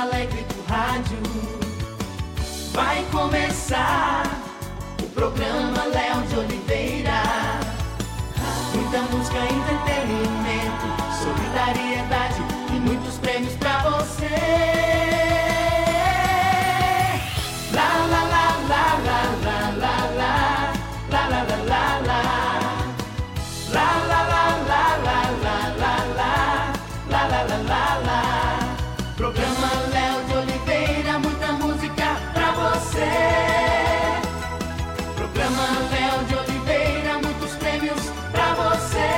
alegre do rádio. Vai começar o programa Léo de Oliveira. Muita música, entretenimento, solidariedade e muitos prêmios pra você. Lá, lá, lá, lá, lá, lá, lá, lá, lá, lá, lá, lá, lá. La la la la la la la la la la la la la. Programa Léo de Oliveira, muita música pra você. Programa Léo de Oliveira, muitos prêmios pra você.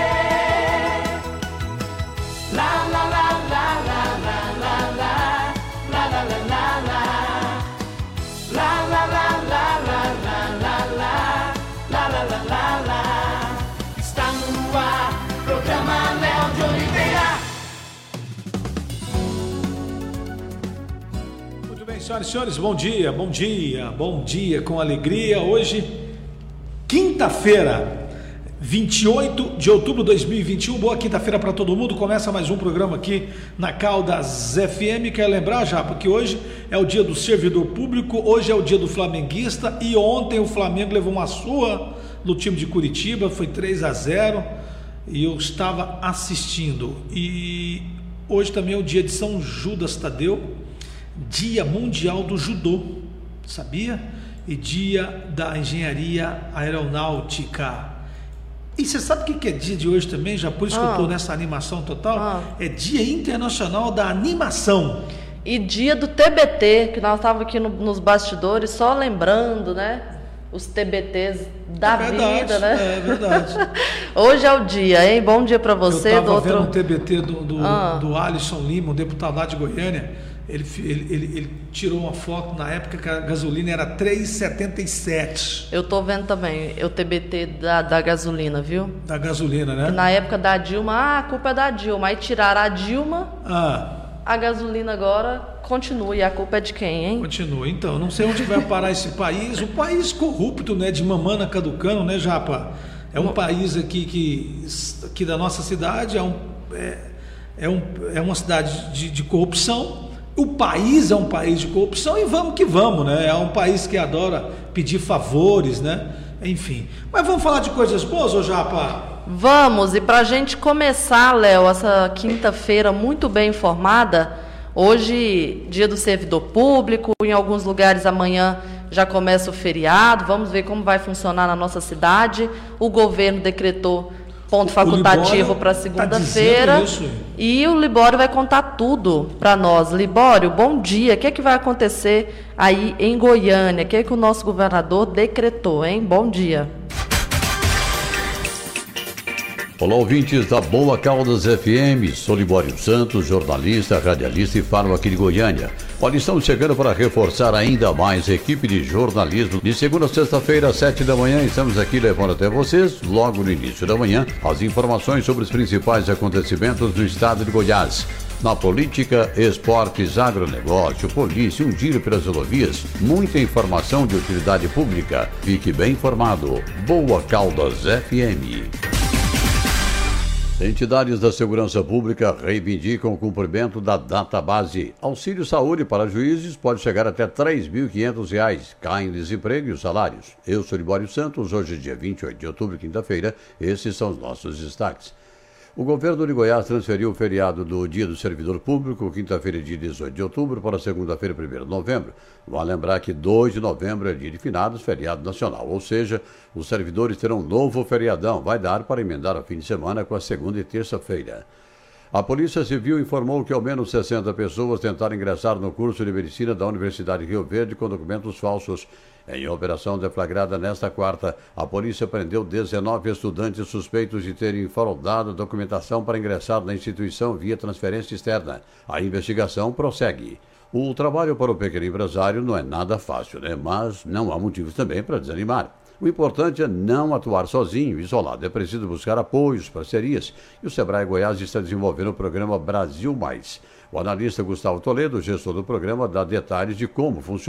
La la la la la la la la la la la la la. La la la la la la la la la la la la la. No ar, programa Léo de Oliveira. Muito bem, senhoras e senhores, bom dia, bom dia, bom dia, com alegria. Hoje, quinta-feira, 28 de outubro de 2021. Boa quinta-feira para todo mundo. Começa mais um programa aqui na Caldas FM. Quero lembrar já, porque hoje é o dia do servidor público, hoje é o dia do flamenguista e ontem o Flamengo levou uma surra no time de Curitiba, foi 3-0 e eu estava assistindo. E hoje também é o dia de São Judas Tadeu, dia mundial do judô, sabia? E dia da engenharia aeronáutica. E você sabe o que é dia de hoje também? Já por isso que eu estou nessa animação total. É Dia Internacional da Animação. E dia do TBT, que nós estávamos aqui nos bastidores só lembrando, né? Os TBTs da vida, né? É verdade. Hoje é o dia, hein? Bom dia para você. Eu estava vendo um TBT do Alisson Lima, um deputado lá de Goiânia. Ele tirou uma foto na época que a gasolina era 3,77. Eu tô vendo também o TBT da gasolina, viu? Da gasolina, né? Na época da Dilma, a culpa é da Dilma. Aí tiraram a Dilma, a gasolina agora continua. E a culpa é de quem, hein? Continua. Então, não sei onde vai parar esse país. O país corrupto, né? De mamana caducano, né, Japa? É um país aqui da nossa cidade, é uma cidade de corrupção. O país é um país de corrupção e vamos que vamos, né? É um país que adora pedir favores, né? Enfim. Mas vamos falar de coisas boas, ô Japa? Vamos, e para a gente começar, Léo, essa quinta-feira muito bem informada, hoje, dia do servidor público, em alguns lugares amanhã já começa o feriado, vamos ver como vai funcionar na nossa cidade. O governo decretou ponto facultativo para segunda-feira. E o Libório vai contar tudo para nós. Libório, bom dia. O que é que vai acontecer aí em Goiânia? O que é que o nosso governador decretou, hein? Bom dia. Olá, ouvintes da Boa Caldas FM. Sou Libório Santos, jornalista, radialista e falo aqui de Goiânia. Olha, estamos chegando para reforçar ainda mais a equipe de jornalismo. De segunda a sexta-feira, às 7 da manhã, estamos aqui levando até vocês, logo no início da manhã, as informações sobre os principais acontecimentos do estado de Goiás. Na política, esportes, agronegócio, polícia, um giro pelas rodovias, muita informação de utilidade pública. Fique bem informado. Boa Caldas FM. Entidades da segurança pública reivindicam o cumprimento da database. Auxílio saúde para juízes pode chegar até R$ 3.500. Caem desemprego e os salários. Eu sou Libório Santos, hoje dia 28 de outubro, quinta-feira. Esses são os nossos destaques. O governo de Goiás transferiu o feriado do Dia do Servidor Público, quinta-feira, dia 18 de outubro, para segunda-feira, 1º de novembro. Vale lembrar que 2 de novembro é dia de finados, feriado nacional, ou seja, os servidores terão um novo feriadão. Vai dar para emendar o fim de semana com a segunda e terça-feira. A Polícia Civil informou que ao menos 60 pessoas tentaram ingressar no curso de medicina da Universidade de Rio Verde com documentos falsos. Em operação deflagrada nesta quarta, a polícia prendeu 19 estudantes suspeitos de terem fraudado a documentação para ingressar na instituição via transferência externa. A investigação prossegue. O trabalho para o pequeno empresário não é nada fácil, né? Mas não há motivos também para desanimar. O importante é não atuar sozinho, isolado. É preciso buscar apoios, parcerias. E o Sebrae Goiás está desenvolvendo o programa Brasil Mais. O analista Gustavo Toledo, gestor do programa, dá detalhes de como funciona.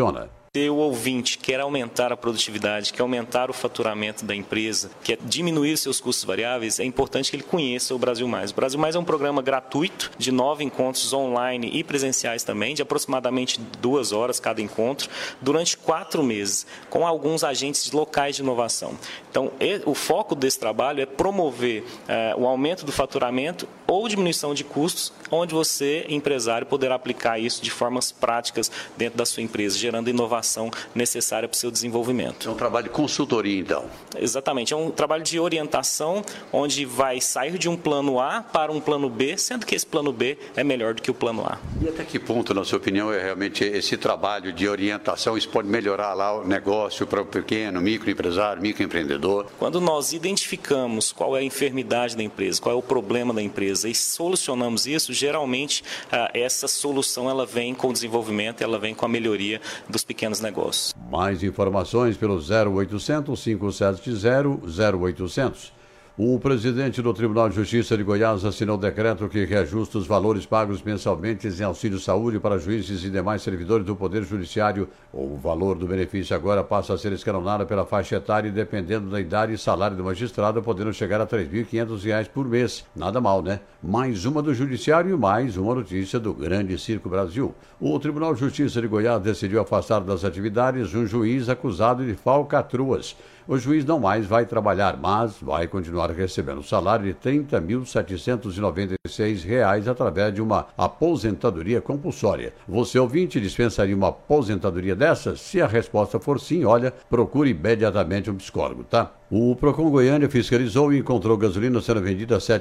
Se o ouvinte quer aumentar a produtividade, quer aumentar o faturamento da empresa, quer diminuir seus custos variáveis, é importante que ele conheça o Brasil Mais. O Brasil Mais é um programa gratuito de 9 encontros online e presenciais também, de aproximadamente 2 horas cada encontro, durante 4 meses, com alguns agentes locais de inovação. Então, o foco desse trabalho é promover o aumento do faturamento ou diminuição de custos, onde você, empresário, poderá aplicar isso de formas práticas dentro da sua empresa, gerando inovação necessária para o seu desenvolvimento. É um trabalho de consultoria, então? Exatamente, é um trabalho de orientação, onde vai sair de um plano A para um plano B, sendo que esse plano B é melhor do que o plano A. E até que ponto, na sua opinião, é realmente esse trabalho de orientação, isso pode melhorar lá o negócio para o pequeno, microempresário, microempreendedor? Quando nós identificamos qual é a enfermidade da empresa, qual é o problema da empresa e solucionamos isso, geralmente essa solução ela vem com o desenvolvimento, ela vem com a melhoria dos pequenos negócios. Mais informações pelo 0800 570 0800. O presidente do Tribunal de Justiça de Goiás assinou decreto que reajusta os valores pagos mensalmente em auxílio-saúde para juízes e demais servidores do Poder Judiciário. O valor do benefício agora passa a ser escalonado pela faixa etária e, dependendo da idade e salário do magistrado, podendo chegar a R$ 3.500 por mês. Nada mal, né? Mais uma do Judiciário e mais uma notícia do Grande Circo Brasil. O Tribunal de Justiça de Goiás decidiu afastar das atividades um juiz acusado de falcatruas. O juiz não mais vai trabalhar, mas vai continuar recebendo o salário de R$ 30.796 através de uma aposentadoria compulsória. Você, ouvinte, dispensaria uma aposentadoria dessas? Se a resposta for sim, olha, procure imediatamente um psicólogo, tá? O Procon Goiânia fiscalizou e encontrou gasolina sendo vendida a R$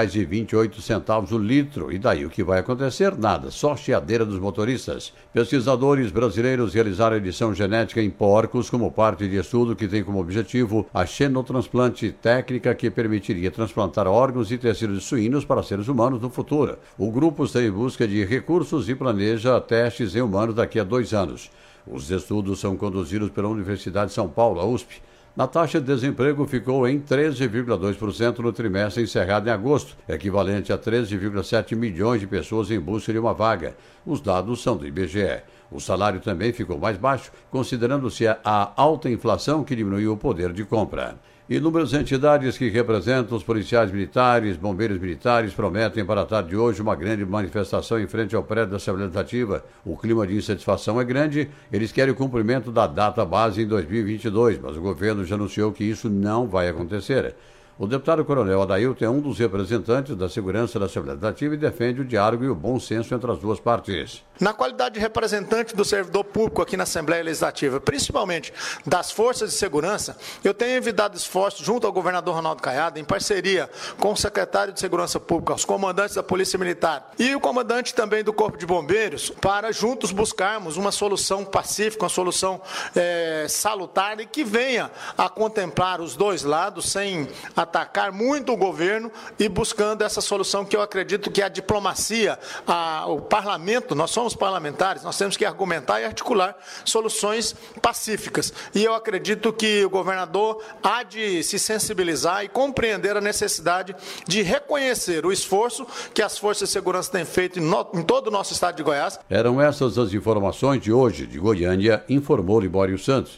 7,28 o litro. E daí o que vai acontecer? Nada, só chiadeira dos motoristas. Pesquisadores brasileiros realizaram edição genética em porcos como parte de estudo que tem como objetivo a xenotransplante, técnica que permitiria transplantar órgãos e tecidos suínos para seres humanos no futuro. O grupo está em busca de recursos e planeja testes em humanos daqui a 2 anos. Os estudos são conduzidos pela Universidade de São Paulo, a USP. A taxa de desemprego ficou em 13,2% no trimestre encerrado em agosto, equivalente a 13,7 milhões de pessoas em busca de uma vaga. Os dados são do IBGE. O salário também ficou mais baixo, considerando-se a alta inflação que diminuiu o poder de compra. Inúmeras entidades que representam os policiais militares, bombeiros militares, prometem para a tarde de hoje uma grande manifestação em frente ao prédio da Assembleia Legislativa. O clima de insatisfação é grande, eles querem o cumprimento da data base em 2022, mas o governo já anunciou que isso não vai acontecer. O deputado Coronel Adailton é um dos representantes da segurança da Assembleia Legislativa e defende o diálogo e o bom senso entre as duas partes. Na qualidade de representante do servidor público aqui na Assembleia Legislativa, principalmente das forças de segurança, eu tenho evitado esforços junto ao governador Ronaldo Caiado, em parceria com o secretário de Segurança Pública, os comandantes da Polícia Militar e o comandante também do Corpo de Bombeiros, para juntos buscarmos uma solução pacífica, uma solução salutar e que venha a contemplar os dois lados, sem atacar muito o governo e buscando essa solução que eu acredito que a diplomacia, o parlamento, nós somos parlamentares, nós temos que argumentar e articular soluções pacíficas. E eu acredito que o governador há de se sensibilizar e compreender a necessidade de reconhecer o esforço que as forças de segurança têm feito em todo o nosso estado de Goiás. Eram essas as informações de hoje de Goiânia, informou Libório Santos.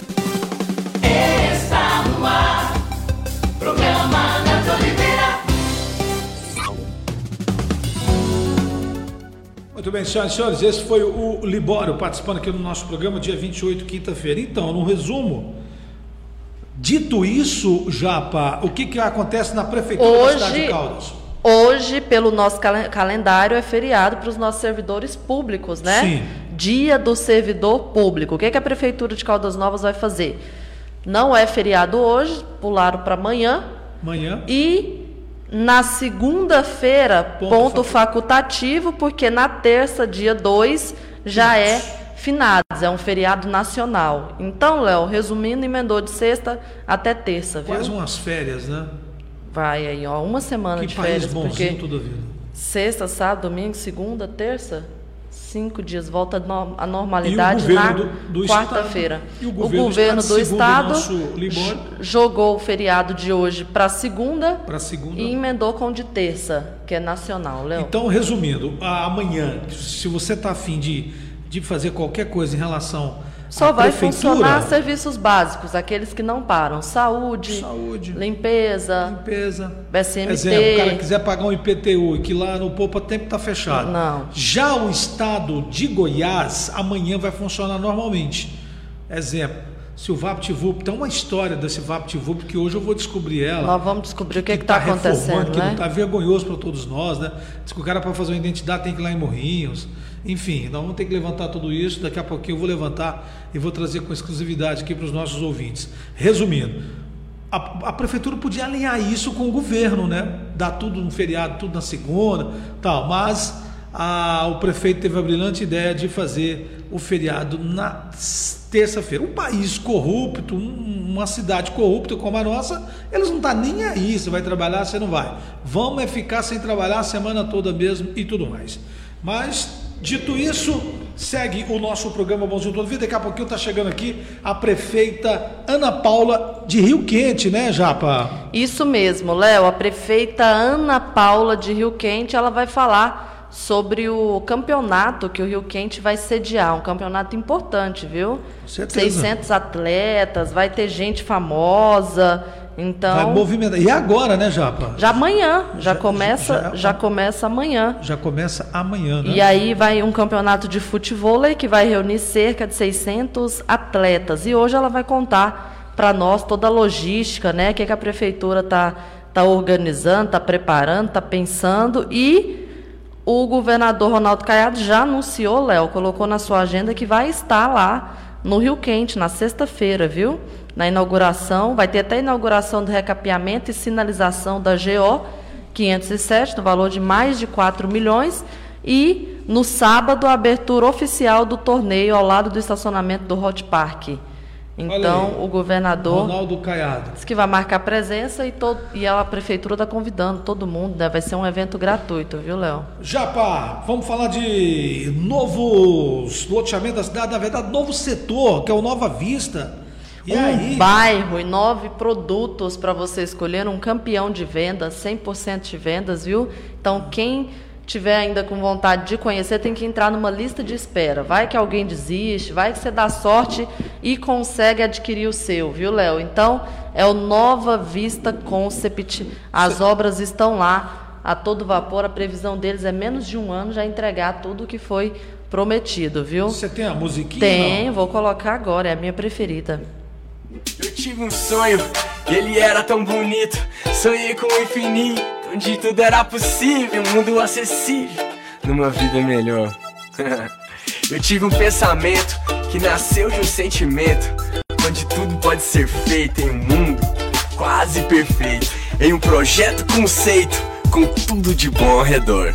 Está no ar. Programa Neto Oliveira. Muito bem, senhoras e senhores, esse foi o Libório participando aqui no nosso programa, dia 28, quinta-feira. Então, no resumo, dito isso, Japa, o que acontece na Prefeitura da cidade de Caldas? Hoje, pelo nosso calendário, é feriado para os nossos servidores públicos, né? Sim. Dia do servidor público. O que a Prefeitura de Caldas Novas vai fazer? Não é feriado hoje, pularam para amanhã. E na segunda-feira, ponto facultativo, porque na terça, dia 2, já é finados, é um feriado nacional. Então, Léo, resumindo, emendou de sexta até terça, viu? Quase umas férias, né? Vai aí, ó, uma semana de férias. Que país bonzinho toda a vida. Sexta, sábado, domingo, segunda, terça... 5 dias, volta à normalidade na quarta-feira. O governo do estado jogou o feriado de hoje para segunda e emendou com o de terça, que é nacional, Léo. Então, resumindo, amanhã, se você está a fim de fazer qualquer coisa em relação Só vai funcionar serviços básicos, aqueles que não param. Saúde. Limpeza. BSMT. Exemplo, o cara quiser pagar um IPTU, que lá no Poupa Tempo está fechado. Não. Já o estado de Goiás, amanhã vai funcionar normalmente. Exemplo, se o VaptVup, tem uma história desse VaptVup que hoje eu vou descobrir ela. Nós vamos descobrir o que está acontecendo, que não está vergonhoso para todos nós, né? Diz que o cara para fazer uma identidade tem que ir lá em Morrinhos. Enfim, nós vamos ter que levantar tudo isso. Daqui a pouquinho eu vou levantar e vou trazer com exclusividade aqui para os nossos ouvintes. Resumindo, a prefeitura podia alinhar isso com o governo, né? Dar tudo no feriado, tudo na segunda, tal. Mas o prefeito teve a brilhante ideia de fazer o feriado na terça-feira. Um país corrupto, uma cidade corrupta como a nossa, eles não estão nem aí. Você vai trabalhar, você não vai. Vamos ficar sem trabalhar a semana toda mesmo e tudo mais. Mas, dito isso, segue o nosso programa Bonzinho Todo Vida. Daqui a pouquinho está chegando aqui a prefeita Ana Paula de Rio Quente, né, Japa? Isso mesmo, Léo. A prefeita Ana Paula de Rio Quente, ela vai falar sobre o campeonato que o Rio Quente vai sediar. Um campeonato importante, viu? Com certeza. 600 atletas, vai ter gente famosa. Então, vai movimentar. E agora, né, Japa? Já amanhã, já começa amanhã. Já começa amanhã, né? E aí vai um campeonato de futevôlei que vai reunir cerca de 600 atletas. E hoje ela vai contar para nós toda a logística, né? O que a prefeitura tá organizando, está preparando, está pensando. E o governador Ronaldo Caiado já anunciou, Léo, colocou na sua agenda que vai estar lá no Rio Quente, na sexta-feira, viu? Na inauguração, vai ter até a inauguração do recapeamento e sinalização da GO 507, no valor de mais de 4 milhões. E no sábado, a abertura oficial do torneio ao lado do estacionamento do Hot Park. Então, o governador Ronaldo Caiado disse que vai marcar presença e a prefeitura está convidando todo mundo, né? Vai ser um evento gratuito, viu, Léo? Japa, vamos falar de novos loteamentos da cidade, na verdade, novo setor, que é o Nova Vista. E aí? Bairro e 9 produtos para você escolher, um campeão de vendas, 100% de vendas, viu? Então, quem tiver ainda com vontade de conhecer, tem que entrar numa lista de espera. Vai que alguém desiste, vai que você dá sorte e consegue adquirir o seu, viu, Léo? Então, é o Nova Vista Concept. As obras estão lá a todo vapor. A previsão deles é menos de um ano já entregar tudo o que foi prometido, viu? Você tem a musiquinha? Tem, vou colocar agora, é a minha preferida. Eu tive um sonho, ele era tão bonito. Sonhei com o infinito, onde tudo era possível, um mundo acessível, numa vida melhor. Eu tive um pensamento que nasceu de um sentimento, onde tudo pode ser feito em um mundo quase perfeito, em um projeto conceito, com tudo de bom ao redor.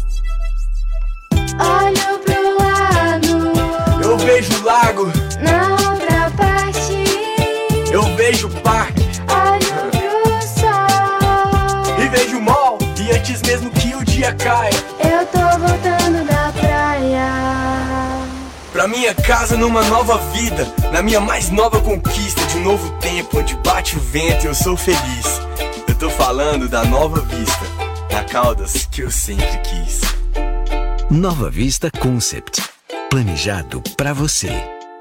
Olho pro lado, eu vejo o lago, na outra parte, eu vejo o parque, olho pro sol, e vejo o mall, e antes mesmo que o dia caia, eu tô voltando da praia. Pra minha casa numa nova vida, na minha mais nova conquista, de um novo tempo onde bate o vento e eu sou feliz. Eu tô falando da Nova Vista, na Caldas que eu sempre quis. Nova Vista Concept, planejado pra você.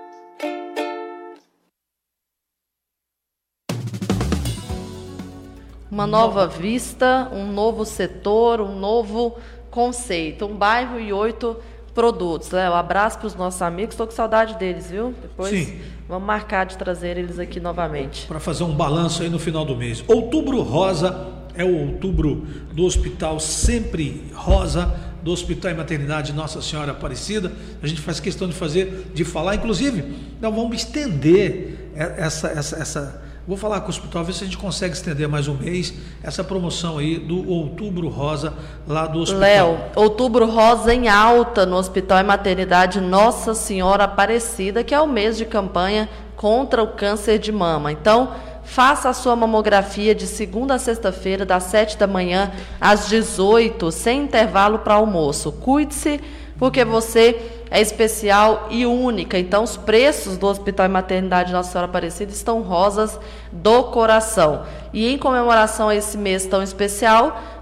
Uma nova vista, um novo setor, um novo conceito, um bairro e 8 produtos. Um abraço para os nossos amigos, estou com saudade deles, viu? Depois Sim. Vamos marcar de trazer eles aqui novamente. Para fazer um balanço aí no final do mês. Outubro Rosa é o outubro do Hospital Sempre Rosa, do Hospital e Maternidade Nossa Senhora Aparecida. A gente faz questão de falar, inclusive, nós vamos estender essa vou falar com o hospital, ver se a gente consegue estender mais um mês essa promoção aí do Outubro Rosa lá do hospital. Léo, Outubro Rosa em alta no Hospital e Maternidade Nossa Senhora Aparecida, que é o mês de campanha contra o câncer de mama. Então, faça a sua mamografia de segunda a sexta-feira, das 7 da manhã às 18, sem intervalo para almoço. Cuide-se, porque você é especial e única. Então, os preços do Hospital e Maternidade Nossa Senhora Aparecida estão rosas do coração. E em comemoração a esse mês tão especial,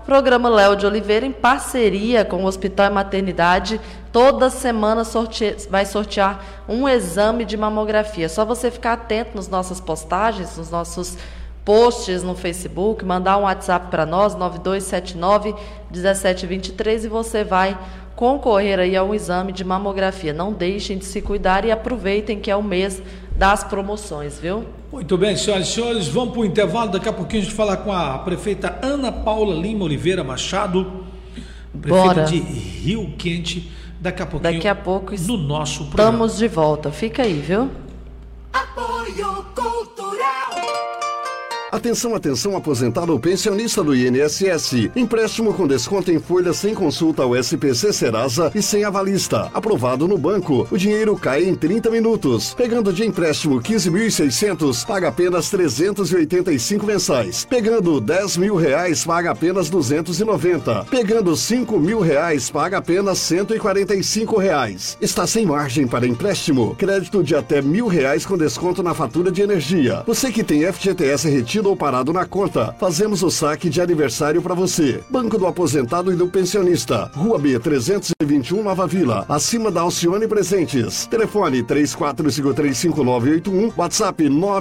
Programa Léo de Oliveira, em parceria com o Hospital e Maternidade, toda semana vai sortear um exame de mamografia. Só você ficar atento nas nossas postagens, nos nossos posts no Facebook, mandar um WhatsApp para nós, 9279-1723, e você vai concorrer aí a um exame de mamografia. Não deixem de se cuidar e aproveitem que é o mês das promoções, viu? Muito bem, senhoras e senhores, vamos para o intervalo. Daqui a pouquinho a gente falar com a prefeita Ana Paula Lima Oliveira Machado, prefeita Bora. de Rio Quente. Daqui a pouco no nosso programa. Estamos de volta. Fica aí, viu? Apoio Cultural. Atenção, atenção, aposentado ou pensionista do INSS. Empréstimo com desconto em folha sem consulta ao SPC Serasa e sem avalista. Aprovado no banco. O dinheiro cai em 30 minutos. Pegando de empréstimo 15.600, paga apenas 385 mensais. Pegando 10 mil reais, paga apenas 290. Pegando 5 mil reais, paga apenas 145 reais. Está sem margem para empréstimo. Crédito de até R$1.000 com desconto na fatura de energia. Você que tem FGTS retido ou parado na conta, fazemos o saque de aniversário para você. Banco do Aposentado e do Pensionista, Rua B 321, Nova Vila, acima da Alcione Presentes. Telefone 34535981, WhatsApp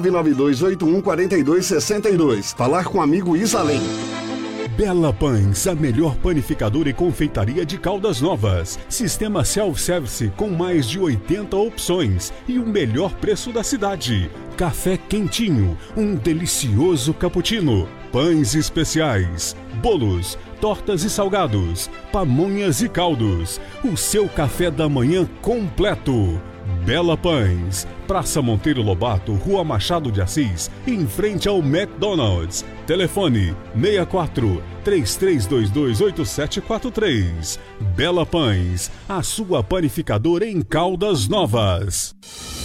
992814262. Falar com o amigo Isalém. Bela Pães, a melhor panificadora e confeitaria de Caldas Novas. Sistema self-service com mais de 80 opções e o melhor preço da cidade. Café quentinho, um delicioso cappuccino, pães especiais, bolos, tortas e salgados, pamonhas e caldos. O seu café da manhã completo. Bela Pães, Praça Monteiro Lobato, Rua Machado de Assis, em frente ao McDonald's. Telefone 64-3322-8743. Bela Pães, a sua panificadora em Caldas Novas.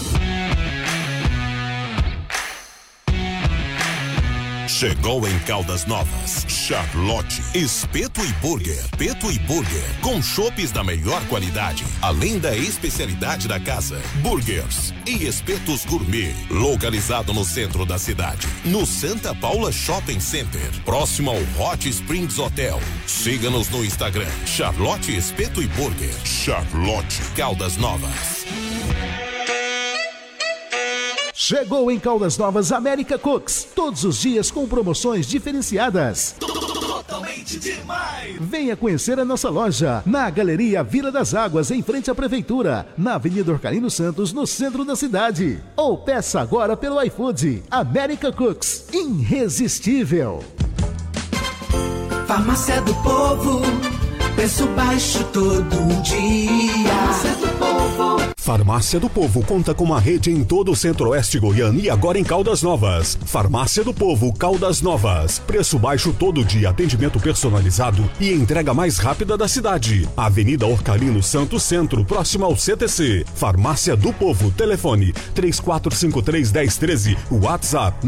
Chegou em Caldas Novas, Charlotte Espeto e Burger. Espeto e Burger, com chopes da melhor qualidade, além da especialidade da casa, burgers e espetos gourmet. Localizado no centro da cidade, no Santa Paula Shopping Center, próximo ao Hot Springs Hotel. Siga-nos no Instagram, Charlotte Espeto e Burger. Charlotte Caldas Novas. Chegou em Caldas Novas América Cooks, todos os dias com promoções diferenciadas. Totalmente demais! Venha conhecer a nossa loja na Galeria Vila das Águas, em frente à Prefeitura, na Avenida Orcalino Santos, no centro da cidade. Ou peça agora pelo iFood. América Cooks, irresistível. Farmácia do Povo, preço baixo todo dia. Farmácia do Povo. Farmácia do Povo conta com uma rede em todo o centro-oeste goiano e agora em Caldas Novas. Farmácia do Povo, Caldas Novas. Preço baixo todo dia, atendimento personalizado e entrega mais rápida da cidade. Avenida Orcalino Santos Centro, próximo ao CTC. Farmácia do Povo, telefone 3453-1013, WhatsApp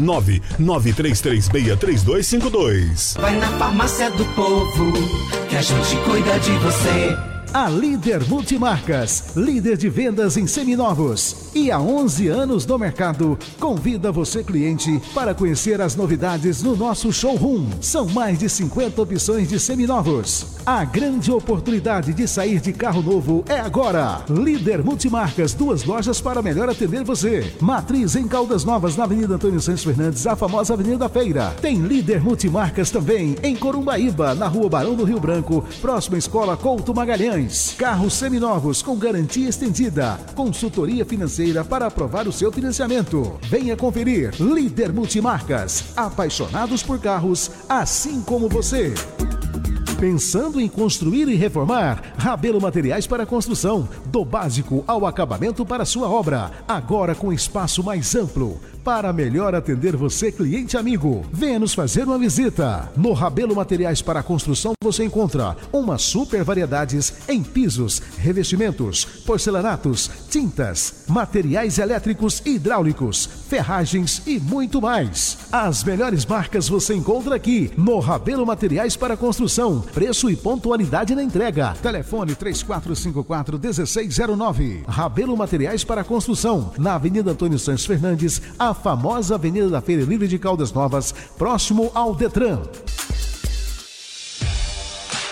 993363252. Vai na Farmácia do Povo, que a gente cuida de você. A Líder Multimarcas, líder de vendas em seminovos e há 11 anos no mercado, convida você, cliente, para conhecer as novidades no nosso showroom. São mais de 50 opções de seminovos. A grande oportunidade de sair de carro novo é agora. Líder Multimarcas, 2 lojas para melhor atender você. Matriz em Caldas Novas, na Avenida Antônio Santos Fernandes, a famosa Avenida da Feira. Tem Líder Multimarcas também em Corumbaíba, na Rua Barão do Rio Branco, próxima à Escola Couto Magalhães. Carros seminovos com garantia estendida. Consultoria financeira para aprovar o seu financiamento. Venha conferir. Líder Multimarcas. Apaixonados por carros, assim como você. Pensando em construir e reformar? Rabelo Materiais para Construção. Do básico ao acabamento para sua obra. Agora com espaço mais amplo. Para melhor atender você, cliente amigo, venha nos fazer uma visita. No Rabelo Materiais para Construção você encontra uma super variedades em pisos, revestimentos, porcelanatos, tintas, materiais elétricos e hidráulicos, ferragens e muito mais. As melhores marcas você encontra aqui no Rabelo Materiais para Construção. Preço e pontualidade na entrega. Telefone 3454-1609. Rabelo Materiais para Construção, na Avenida Antônio Santos Fernandes, a famosa Avenida da Feira Livre de Caldas Novas, próximo ao Detran.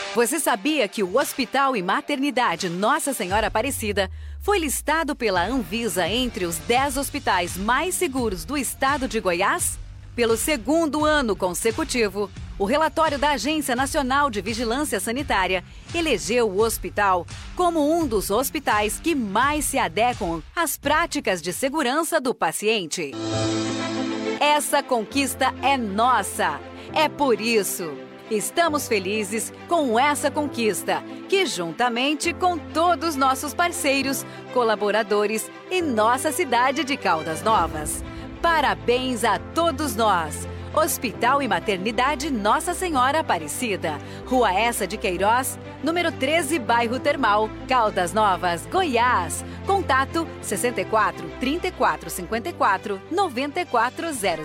Você sabia que o Hospital e Maternidade Nossa Senhora Aparecida foi listado pela Anvisa entre os 10 hospitais mais seguros do estado de Goiás? Pelo segundo ano consecutivo, o relatório da Agência Nacional de Vigilância Sanitária elegeu o hospital como um dos hospitais que mais se adequam às práticas de segurança do paciente. Essa conquista é nossa. É por isso. Estamos felizes com essa conquista, que juntamente com todos nossos parceiros, colaboradores e nossa cidade de Caldas Novas. Parabéns a todos nós! Hospital e Maternidade Nossa Senhora Aparecida, Rua Essa de Queiroz, número 13, bairro Termal, Caldas Novas, Goiás. Contato 64 34 54 9400.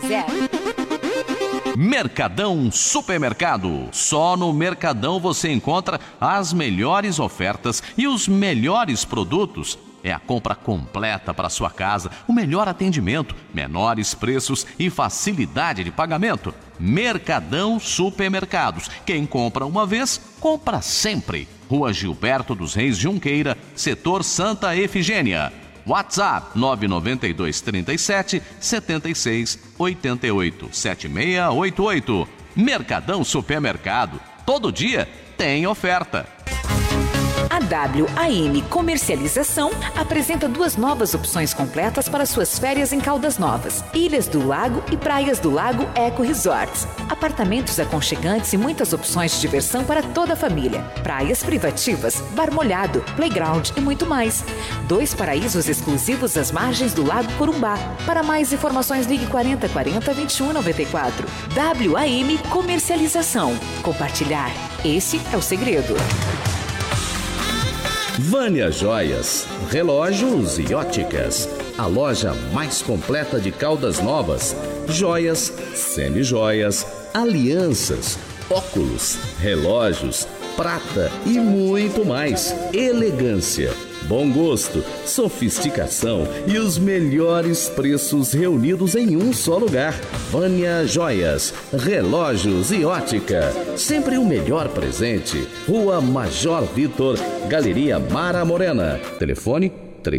Mercadão Supermercado. Só no Mercadão você encontra as melhores ofertas e os melhores produtos. É a compra completa para sua casa, o melhor atendimento, menores preços e facilidade de pagamento. Mercadão Supermercados. Quem compra uma vez, compra sempre. Rua Gilberto dos Reis Junqueira, setor Santa Efigênia. WhatsApp 992 37 76 88 7688. Mercadão Supermercado. Todo dia tem oferta. A WAM Comercialização apresenta 2 novas opções completas para suas férias em Caldas Novas: Ilhas do Lago e Praias do Lago Eco Resorts. Apartamentos aconchegantes e muitas opções de diversão para toda a família. Praias privativas, bar molhado, playground e muito mais. 2 paraísos exclusivos às margens do Lago Corumbá. Para mais informações, ligue 40 40 21 94. WAM Comercialização. Compartilhar. Esse é o segredo. Vânia Joias, relógios e óticas. A loja mais completa de Caldas Novas. Joias, semijoias, alianças, óculos, relógios, prata e muito mais. Elegância, bom gosto, sofisticação e os melhores preços reunidos em um só lugar. Vânia Joias, relógios e ótica. Sempre o melhor presente. Rua Major Vitor, Galeria Mara Morena. Telefone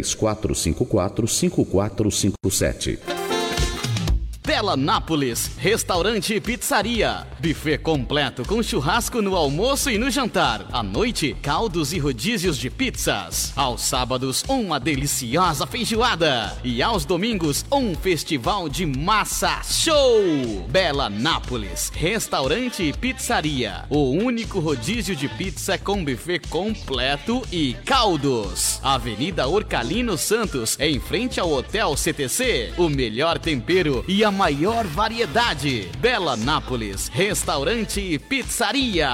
3454-5457. Bela Nápoles, restaurante e pizzaria. Buffet completo com churrasco no almoço e no jantar. À noite, caldos e rodízios de pizzas. Aos sábados, uma deliciosa feijoada. E aos domingos, um festival de massa show. Bela Nápoles, restaurante e pizzaria. O único rodízio de pizza com buffet completo e caldos. Avenida Orcalino Santos, em frente ao Hotel CTC. O melhor tempero e a maior variedade. Bela Nápoles, restaurante e pizzaria.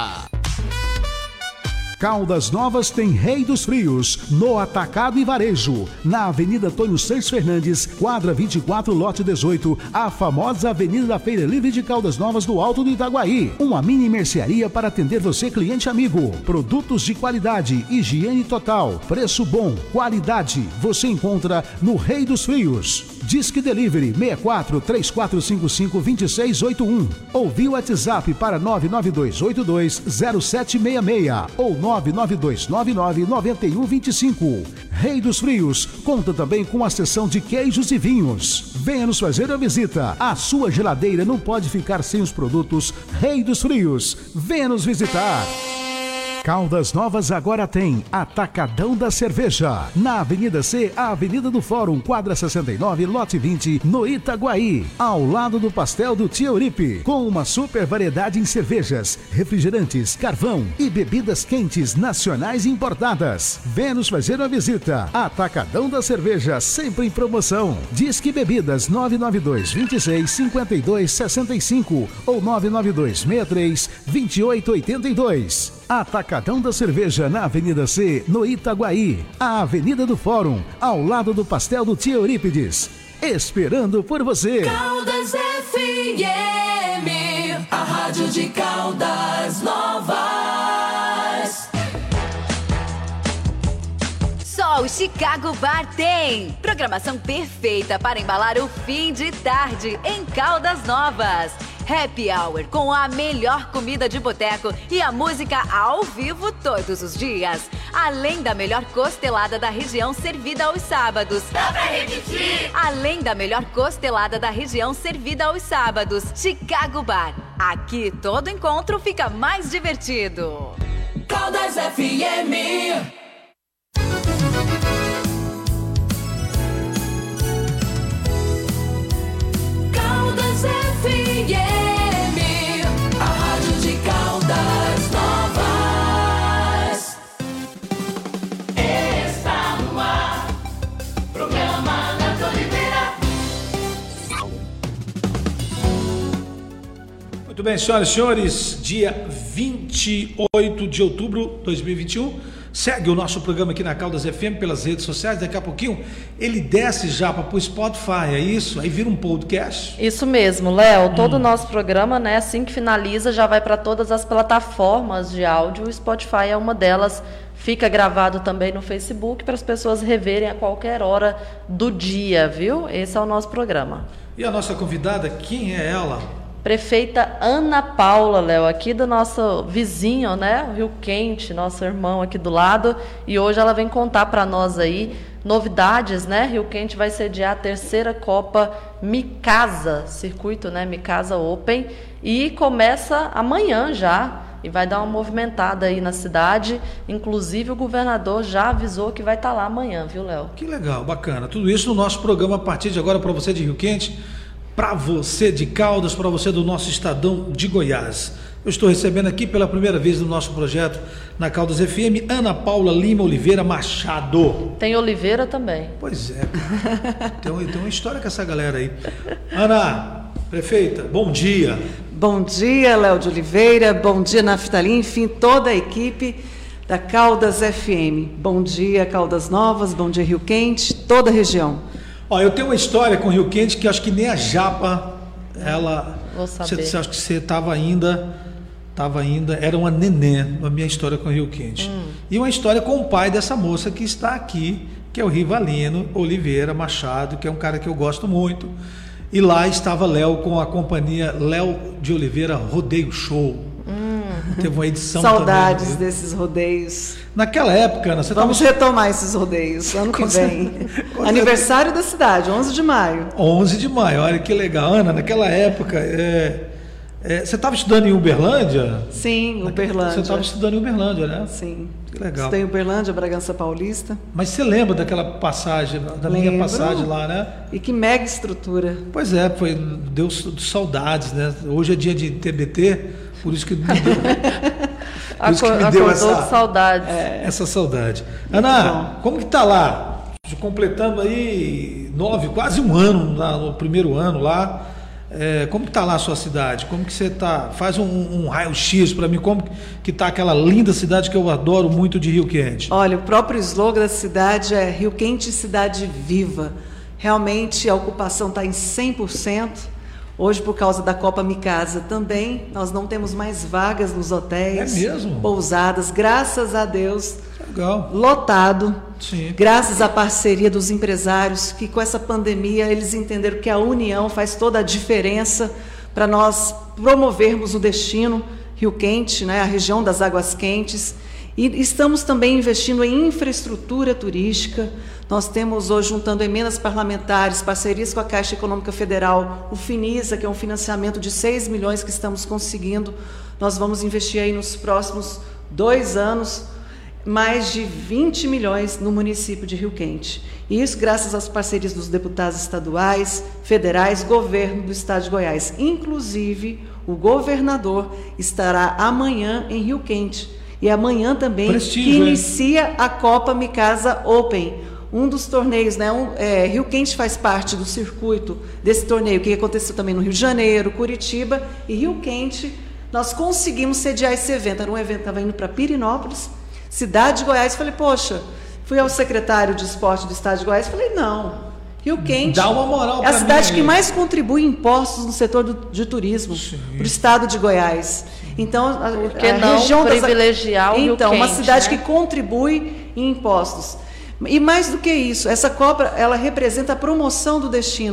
Caldas Novas tem Rei dos Frios, no Atacado e Varejo, na Avenida Antônio Seis Fernandes, quadra 24, lote 18, a famosa Avenida da Feira Livre de Caldas Novas do Alto do Itaguaí. Uma mini mercearia para atender você, cliente amigo. Produtos de qualidade, higiene total, preço bom, qualidade, você encontra no Rei dos Frios. Disque Delivery 64 3455 2681 ou via WhatsApp para 99282 0766 ou 99299 9125. Rei dos Frios conta também com a seção de queijos e vinhos. Venha nos fazer a visita. A sua geladeira não pode ficar sem os produtos Rei dos Frios. Venha nos visitar. Caldas Novas agora tem Atacadão da Cerveja. Na Avenida C, a Avenida do Fórum, quadra 69, lote 20, no Itaguaí. Ao lado do Pastel do Tia Euripe. Com uma super variedade em cervejas, refrigerantes, carvão e bebidas quentes nacionais e importadas. Venha nos fazer uma visita. Atacadão da Cerveja, sempre em promoção. Disque Bebidas 992 26 52 65 ou 992 63 28 82. Atacadão da Cerveja na Avenida C, no Itaguaí. A Avenida do Fórum, ao lado do Pastel do Tia Eurípides. Esperando por você. Caldas FM, a rádio de Caldas Novas. Só o Chicago Bar tem programação perfeita para embalar o fim de tarde em Caldas Novas. Happy Hour com a melhor comida de boteco e a música ao vivo todos os dias. Além da melhor costelada da região servida aos sábados. Dá pra repetir? Além da melhor costelada da região servida aos sábados. Chicago Bar. Aqui todo encontro fica mais divertido. Caldas FM. Caldas FM, a rádio de Caldas Novas. Está no ar, programa Nando Oliveira. Muito bem, senhoras e senhores, dia 28 de outubro de 2021. Segue o nosso programa aqui na Caldas FM pelas redes sociais. Daqui a pouquinho ele desce já para o Spotify, é isso? Aí vira um podcast. Isso mesmo, Léo. Todo o nosso programa, né, assim que finaliza, já vai para todas as plataformas de áudio. O Spotify é uma delas. Fica gravado também no Facebook para as pessoas reverem a qualquer hora do dia, viu? Esse é o nosso programa. E a nossa convidada, quem é ela? Prefeita Ana Paula, Léo, aqui do nosso vizinho, né, o Rio Quente, nosso irmão aqui do lado, e hoje ela vem contar para nós aí novidades, né? Rio Quente vai sediar a terceira Copa Micasa, circuito, né, Micasa Open, e começa amanhã já, e vai dar uma movimentada aí na cidade, inclusive o governador já avisou que vai estar lá amanhã, viu, Léo? Que legal, bacana, tudo isso no nosso programa a partir de agora para você de Rio Quente, para você de Caldas, para você do nosso Estadão de Goiás. Eu estou recebendo aqui pela primeira vez no nosso projeto na Caldas FM, Ana Paula Lima Oliveira Machado. Tem Oliveira também. Pois é, cara. Tem uma história com essa galera aí. Ana, prefeita, bom dia. Bom dia, Léo de Oliveira, bom dia, Naftali, enfim, toda a equipe da Caldas FM. Bom dia, Caldas Novas, bom dia, Rio Quente, toda a região. Ó, eu tenho uma história com o Rio Quente que acho que nem a Japa, ela... Vou saber. Você acha que você estava ainda, era uma neném, a minha história com o Rio Quente. E uma história com o pai dessa moça que está aqui, que é o Rivalino Oliveira Machado, que é um cara que eu gosto muito. E lá estava Léo com a companhia Léo de Oliveira Rodeio Show. Teve uma edição Saudades também, desses rodeios. Naquela época, Ana, você Vamos retomar esses rodeios ano que vem. Aniversário da cidade, 11 de maio. 11 de maio, olha que legal. Ana, naquela época, você estava estudando em Uberlândia? Sim, Uberlândia. Você estava estudando em Uberlândia, né? Sim. Que legal. Estudei em Uberlândia, Bragança Paulista. Mas você lembra daquela passagem, minha passagem lá, né? E que mega estrutura. Pois é, deu saudades, né? Hoje é dia de TBT, por isso que me deu, deu essa saudade. Essa saudade. Ana, como que tá lá? Completando aí quase um ano, no primeiro ano lá. Como que tá lá a sua cidade? Como que você tá? Faz um raio-x para mim, como que tá aquela linda cidade que eu adoro muito de Rio Quente? Olha, o próprio slogan da cidade é Rio Quente, cidade viva. Realmente a ocupação está em 100%. Hoje, por causa da Copa Micasa também, nós não temos mais vagas nos hotéis, pousadas, graças a Deus, legal. Lotado. Sim. Graças à parceria dos empresários, que com essa pandemia eles entenderam que a união faz toda a diferença para nós promovermos o destino Rio Quente, né, a região das águas quentes. E estamos também investindo em infraestrutura turística. Nós temos hoje, juntando emendas parlamentares, parcerias com a Caixa Econômica Federal, o Finisa, que é um financiamento de 6 milhões que estamos conseguindo. Nós vamos investir aí nos próximos 2 anos mais de 20 milhões no município de Rio Quente. E isso graças às parcerias dos deputados estaduais, federais, governo do estado de Goiás. Inclusive, o governador estará amanhã em Rio Quente. E amanhã também que inicia a Copa Micasa Open, um dos torneios, né? Rio Quente faz parte do circuito desse torneio, que aconteceu também no Rio de Janeiro, Curitiba e Rio Quente. Nós conseguimos sediar esse evento. Era um evento que estava indo para Pirinópolis, cidade de Goiás. Falei, poxa, fui ao secretário de esporte do estado de Goiás, falei, não, Rio Quente dá uma moral é a cidade que mais contribui em impostos no setor de turismo para o estado de Goiás. Então, a não região privilegiar o Rio Quente, uma cidade, né, que contribui em impostos. E mais do que isso, essa Copa, ela representa a promoção do destino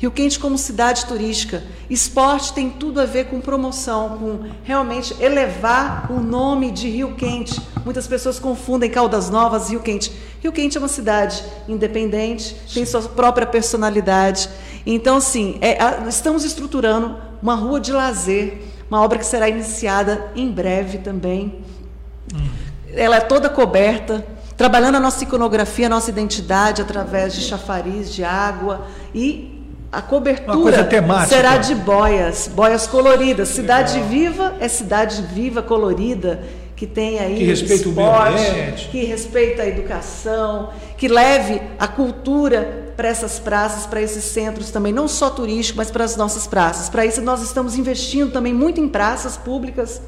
Rio Quente como cidade turística. Esporte tem tudo a ver com promoção, com realmente elevar o nome de Rio Quente. Muitas pessoas confundem Caldas Novas e Rio Quente. Rio Quente é uma cidade independente, tem sua própria personalidade. Então, assim, estamos estruturando uma rua de lazer, uma obra que será iniciada em breve também. Ela é toda coberta, trabalhando a nossa iconografia, a nossa identidade através de chafariz, de água, e a cobertura será de boias coloridas. Cidade Viva é cidade viva, colorida, que tem aí que respeita esporte, o meio ambiente, que respeita a educação, que leve a cultura para essas praças, para esses centros também, não só turísticos, mas para as nossas praças. Para isso nós estamos investindo também muito em praças públicas.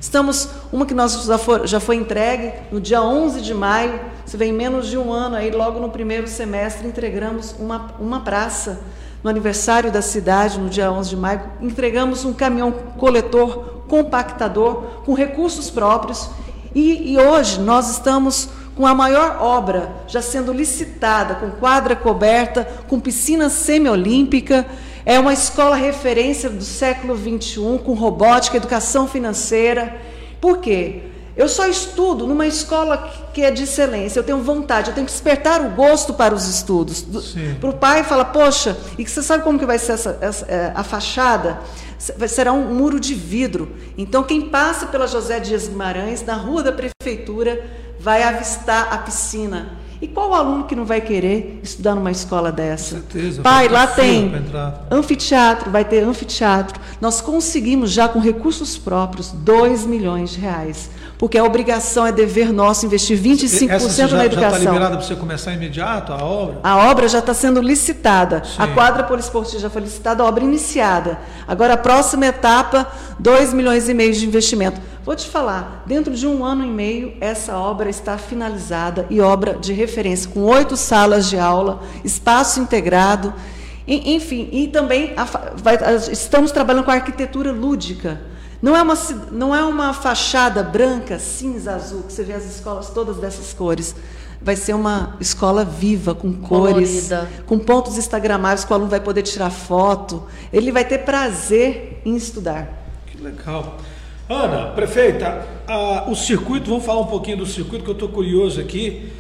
Uma que já foi entregue no dia 11 de maio, você vê, em menos de um ano, aí, logo no primeiro semestre, entregamos uma praça. No aniversário da cidade, no dia 11 de maio, entregamos um caminhão coletor, compactador, com recursos próprios. E hoje nós estamos com a maior obra já sendo licitada, com quadra coberta, com piscina semiolímpica. É uma escola referência do século XXI, com robótica, educação financeira. Por quê? Eu só estudo numa escola que é de excelência, eu tenho vontade, eu tenho que despertar o gosto para os estudos. Para o pai fala, poxa, e você sabe como que vai ser a fachada? Será um muro de vidro. Então, quem passa pela José Dias Guimarães, na rua da prefeitura, vai avistar a piscina. E qual aluno que não vai querer estudar numa escola dessa? Com certeza. Pai, lá tem anfiteatro, vai ter anfiteatro. Nós conseguimos já com recursos próprios R$2 milhões. Porque a obrigação, é dever nosso investir 25% na educação. Já está liberada para você começar imediato a obra? A obra já está sendo licitada. Sim. A quadra poliesportiva já foi licitada, a obra iniciada. Agora, a próxima etapa, R$2,5 milhões de investimento. Vou te falar, dentro de 1 ano e meio, essa obra está finalizada e obra de referência, com 8 salas de aula, espaço integrado, enfim, e também estamos trabalhando com a arquitetura lúdica. Não é uma fachada branca, cinza, azul, que você vê as escolas todas dessas cores. Vai ser uma escola viva, com cores, colorida, com pontos instagramáveis, que o aluno vai poder tirar foto. Ele vai ter prazer em estudar. Que legal. Ana, prefeita, o circuito, vamos falar um pouquinho do circuito, que eu estou curioso aqui.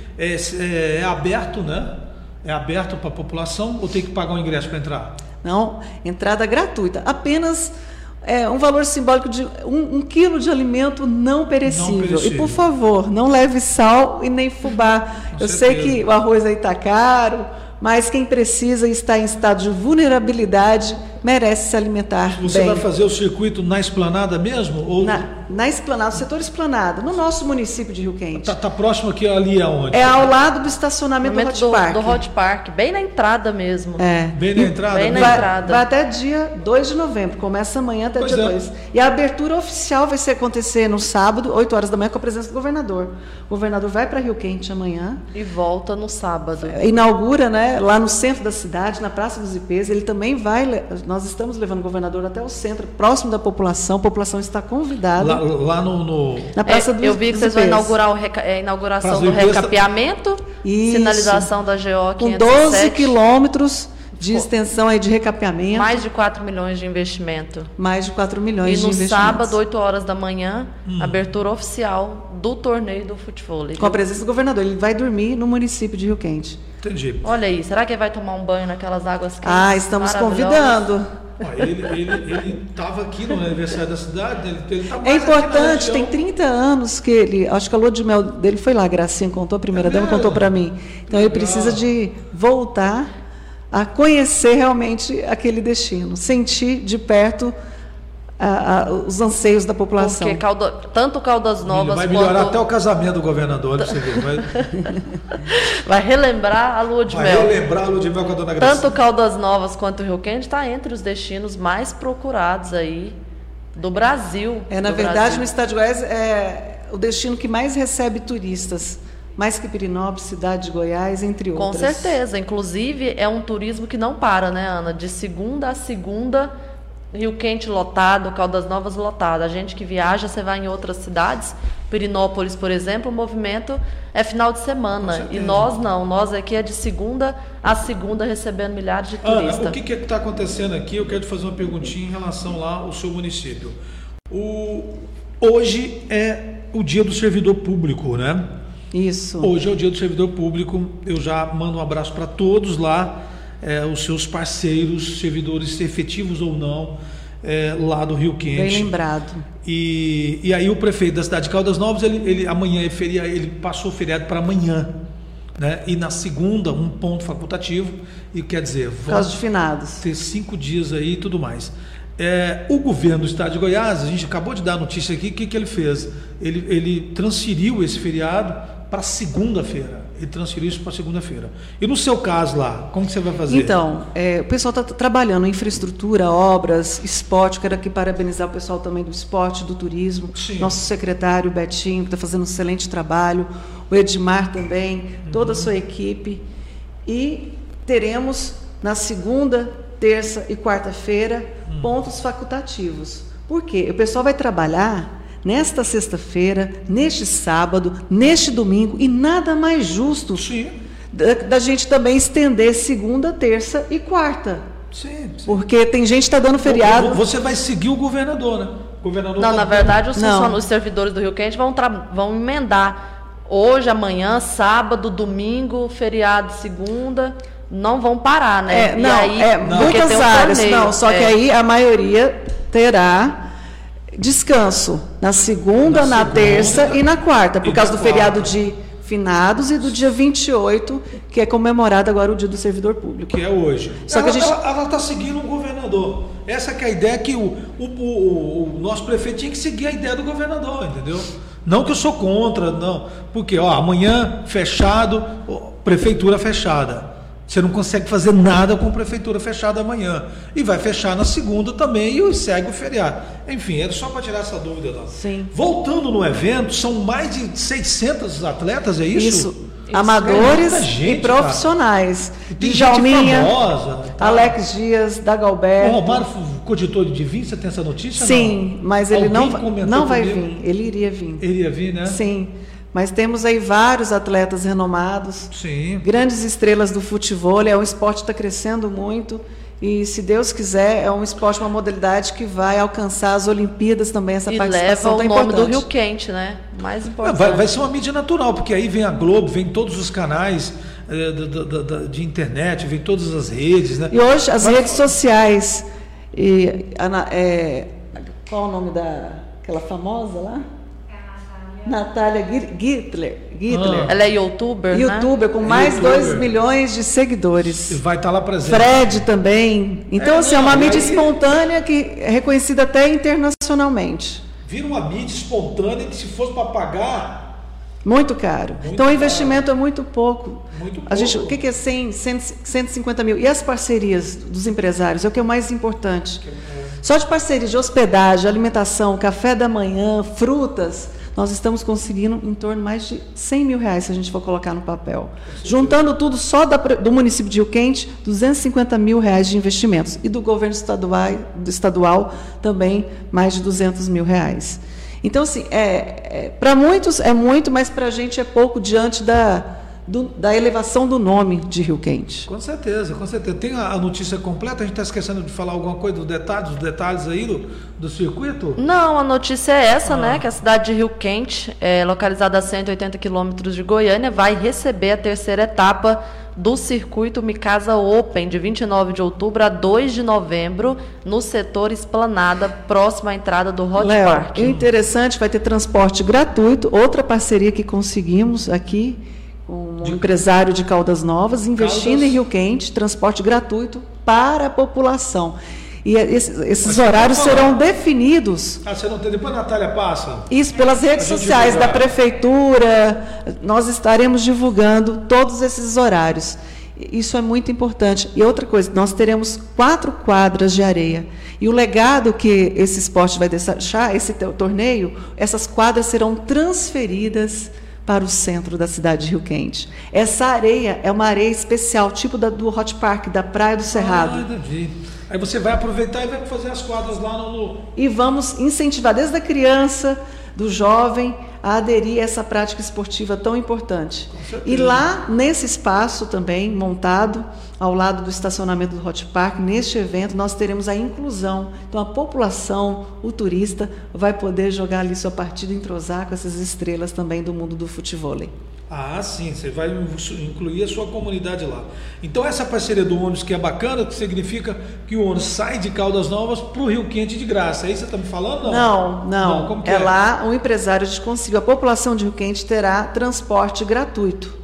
É aberto, né? É aberto para a população ou tem que pagar um ingresso para entrar? Não, entrada gratuita. Apenas um valor simbólico de 1 quilo de alimento não perecível. E, por favor, não leve sal e nem fubá. Eu sei que o arroz aí está caro, mas quem precisa e está em estado de vulnerabilidade merece se alimentar bem. Você vai fazer o circuito na esplanada mesmo? Ou... Na esplanada, no setor esplanada, no nosso município de Rio Quente. Está próximo aqui, ali aonde? É ao lado do estacionamento do Hot Park. Do Hot Park, bem na entrada mesmo. Bem na entrada? Bem na entrada. Vai até dia 2 de novembro, começa amanhã até dia 2. E a abertura oficial vai acontecer no sábado, 8 horas da manhã, com a presença do governador. O governador vai para Rio Quente amanhã. E volta no sábado. Inaugura, né, lá no centro da cidade, na Praça dos Ipês. Ele também vai... Nós estamos levando o governador até o centro, próximo da população. A população está convidada. Lá na Praça dos Eu vi que vocês vão inaugurar a inauguração do recapeamento, sinalização da GO 507. Com 12 quilômetros de extensão aí de recapeamento. Mais de 4 milhões de investimento. Mais de 4 milhões de investimento. E no sábado, 8 horas da manhã, abertura oficial do torneio do futevôlei. Com a presença do governador. Ele vai dormir no município de Rio Quente. Entendi. Olha aí, será que ele vai tomar um banho naquelas águas quentes? Estamos convidando. Ele estava aqui no aniversário da cidade. Ele tá mais é importante, tem 30 anos que ele... Acho que a lua de mel dele foi lá, a Gracinha contou, a primeira dama contou para mim. Então ele precisa de voltar a conhecer realmente aquele destino, sentir de perto os anseios da população. Porque tanto Caldas Novas vai melhorar até o casamento do governador, olha pra você ver. Vai relembrar a lua de mel. Vai relembrar a lua de mel com a dona Gracinha. Tanto Caldas Novas quanto Rio Quente está entre os destinos mais procurados aí do Brasil. Na verdade, no estado de Goiás é o destino que mais recebe turistas. Mais que Pirinópolis, cidade de Goiás, entre outras. Com certeza. Inclusive, é um turismo que não para, né, Ana? De segunda a segunda, Rio Quente lotado, Caldas Novas lotado. A gente que viaja, você vai em outras cidades, Pirinópolis, por exemplo, o movimento é final de semana. E nós não. Nós aqui é de segunda a segunda recebendo milhares de turistas. Ana, o que está acontecendo aqui? Eu quero te fazer uma perguntinha em relação lá ao seu município. Hoje é o dia do servidor público, né? Isso. Hoje é o dia do servidor público. Eu já mando um abraço para todos lá, os seus parceiros, servidores efetivos ou não, lá do Rio Quente. Bem lembrado. E aí o prefeito da cidade de Caldas Novas, ele amanhã ele passou o feriado para amanhã, né? E na segunda, um ponto facultativo, e quer dizer, por causa de finados, ter 5 dias aí e tudo mais. O governo do estado de Goiás, a gente acabou de dar a notícia aqui, o que ele fez? Ele transferiu esse feriado para segunda-feira. Ele transferiu isso para segunda-feira. E no seu caso lá, como que você vai fazer? Então, o pessoal está trabalhando em infraestrutura, obras, esporte. Quero aqui parabenizar o pessoal também do esporte, do turismo. Sim. Nosso secretário Betinho, que está fazendo um excelente trabalho. O Edmar também, toda a sua equipe. E teremos na segunda, terça e quarta-feira pontos facultativos. Por quê? O pessoal vai trabalhar nesta sexta-feira, neste sábado, neste domingo, e nada mais justo da gente também estender segunda, terça e quarta. Sim. Porque tem gente que está dando feriado. Você vai seguir o governador, né? O governador não, na verdade, os servidores do Rio Quente vão emendar hoje, amanhã, sábado, domingo, feriado, segunda. Não vão parar, né? Muitas áreas. Só que aí a maioria terá descanso na segunda, na terça e na quarta, por causa do feriado de finados e do dia 28, que é comemorado agora o dia do servidor público. Que é hoje. Só ela que está seguindo o governador. Essa que é a ideia, que o nosso prefeito tinha que seguir a ideia do governador, entendeu? Não que eu sou contra, não. Porque amanhã fechado, prefeitura fechada. Você não consegue fazer nada com a prefeitura fechada amanhã. E vai fechar na segunda também e segue o feriado. Enfim, era só para tirar essa dúvida. Não. Sim. Voltando no evento, são mais de 600 atletas, é isso? Isso. Amadores e profissionais. Djalminha, Alex Dias, Dagalberto. O Romário cogitou de vir, você tem essa notícia? Sim, não? Mas ele não vai vir. Ele iria vir. Ele ia vir, né? Sim. Mas temos aí vários atletas renomados, grandes estrelas do futebol. É um esporte que está crescendo muito e, se Deus quiser, é um esporte, uma modalidade que vai alcançar as Olimpíadas também, essa participação tão importante. E leva o nome do Rio Quente, né? Mais importante. Vai ser uma mídia natural, porque aí vem a Globo, vem todos os canais de internet, vem todas as redes, né? E hoje as redes sociais, qual o nome daquela famosa lá? Natália Gittler. Ela é youtuber, né? Com mais de 2 milhões de seguidores. Vai estar lá presente. Fred também. Então, é uma mídia espontânea que é reconhecida até internacionalmente. Vira uma mídia espontânea que, se fosse para pagar... Muito caro. Então, o investimento é muito pouco. O que é 150 mil? E as parcerias dos empresários? É o que é o mais importante. Só de parcerias de hospedagem, alimentação, café da manhã, frutas... Nós estamos conseguindo em torno de mais de 100 mil reais, se a gente for colocar no papel. Juntando tudo, só do município de Rio Quente, 250 mil reais de investimentos. E do governo estadual também, mais de 200 mil reais. Então, assim, para muitos é muito, mas para a gente é pouco diante da elevação do nome de Rio Quente. Com certeza, com certeza. Tem a notícia completa? A gente está esquecendo de falar alguma coisa dos detalhes aí do circuito? Não, a notícia é essa, né? Que a cidade de Rio Quente, localizada a 180 quilômetros de Goiânia, vai receber a terceira etapa do circuito Micasa Open, de 29 de outubro a 2 de novembro, no setor Esplanada, próximo à entrada do Hot Park. Interessante, vai ter transporte gratuito, outra parceria que conseguimos aqui, um empresário de Caldas Novas, investindo em Rio Quente, transporte gratuito para a população. E esses horários serão definidos. Você não tem, depois a Natália passa? Isso, pelas redes sociais da prefeitura, nós estaremos divulgando todos esses horários. Isso é muito importante. E outra coisa, nós teremos 4 quadras de areia. E o legado que esse esporte vai deixar, esse torneio, essas quadras serão transferidas para o centro da cidade de Rio Quente. Essa areia é uma areia especial, tipo do Hot Park, da Praia do Cerrado. Entendi. Aí você vai aproveitar e vai fazer as quadras lá no... E vamos incentivar desde a criança, do jovem, a aderir a essa prática esportiva tão importante. E lá, nesse espaço também, montado ao lado do estacionamento do Hot Park, neste evento, nós teremos a inclusão. Então, a população, o turista, vai poder jogar ali sua partida, entrosar com essas estrelas também do mundo do futevôlei. Ah, sim, você vai incluir a sua comunidade lá. Então, essa parceria do ônibus que é bacana, que significa que o ônibus sai de Caldas Novas para o Rio Quente de graça. Aí você está me falando? Não. Como que é lá, um empresário conseguiu. A população de Rio Quente terá transporte gratuito.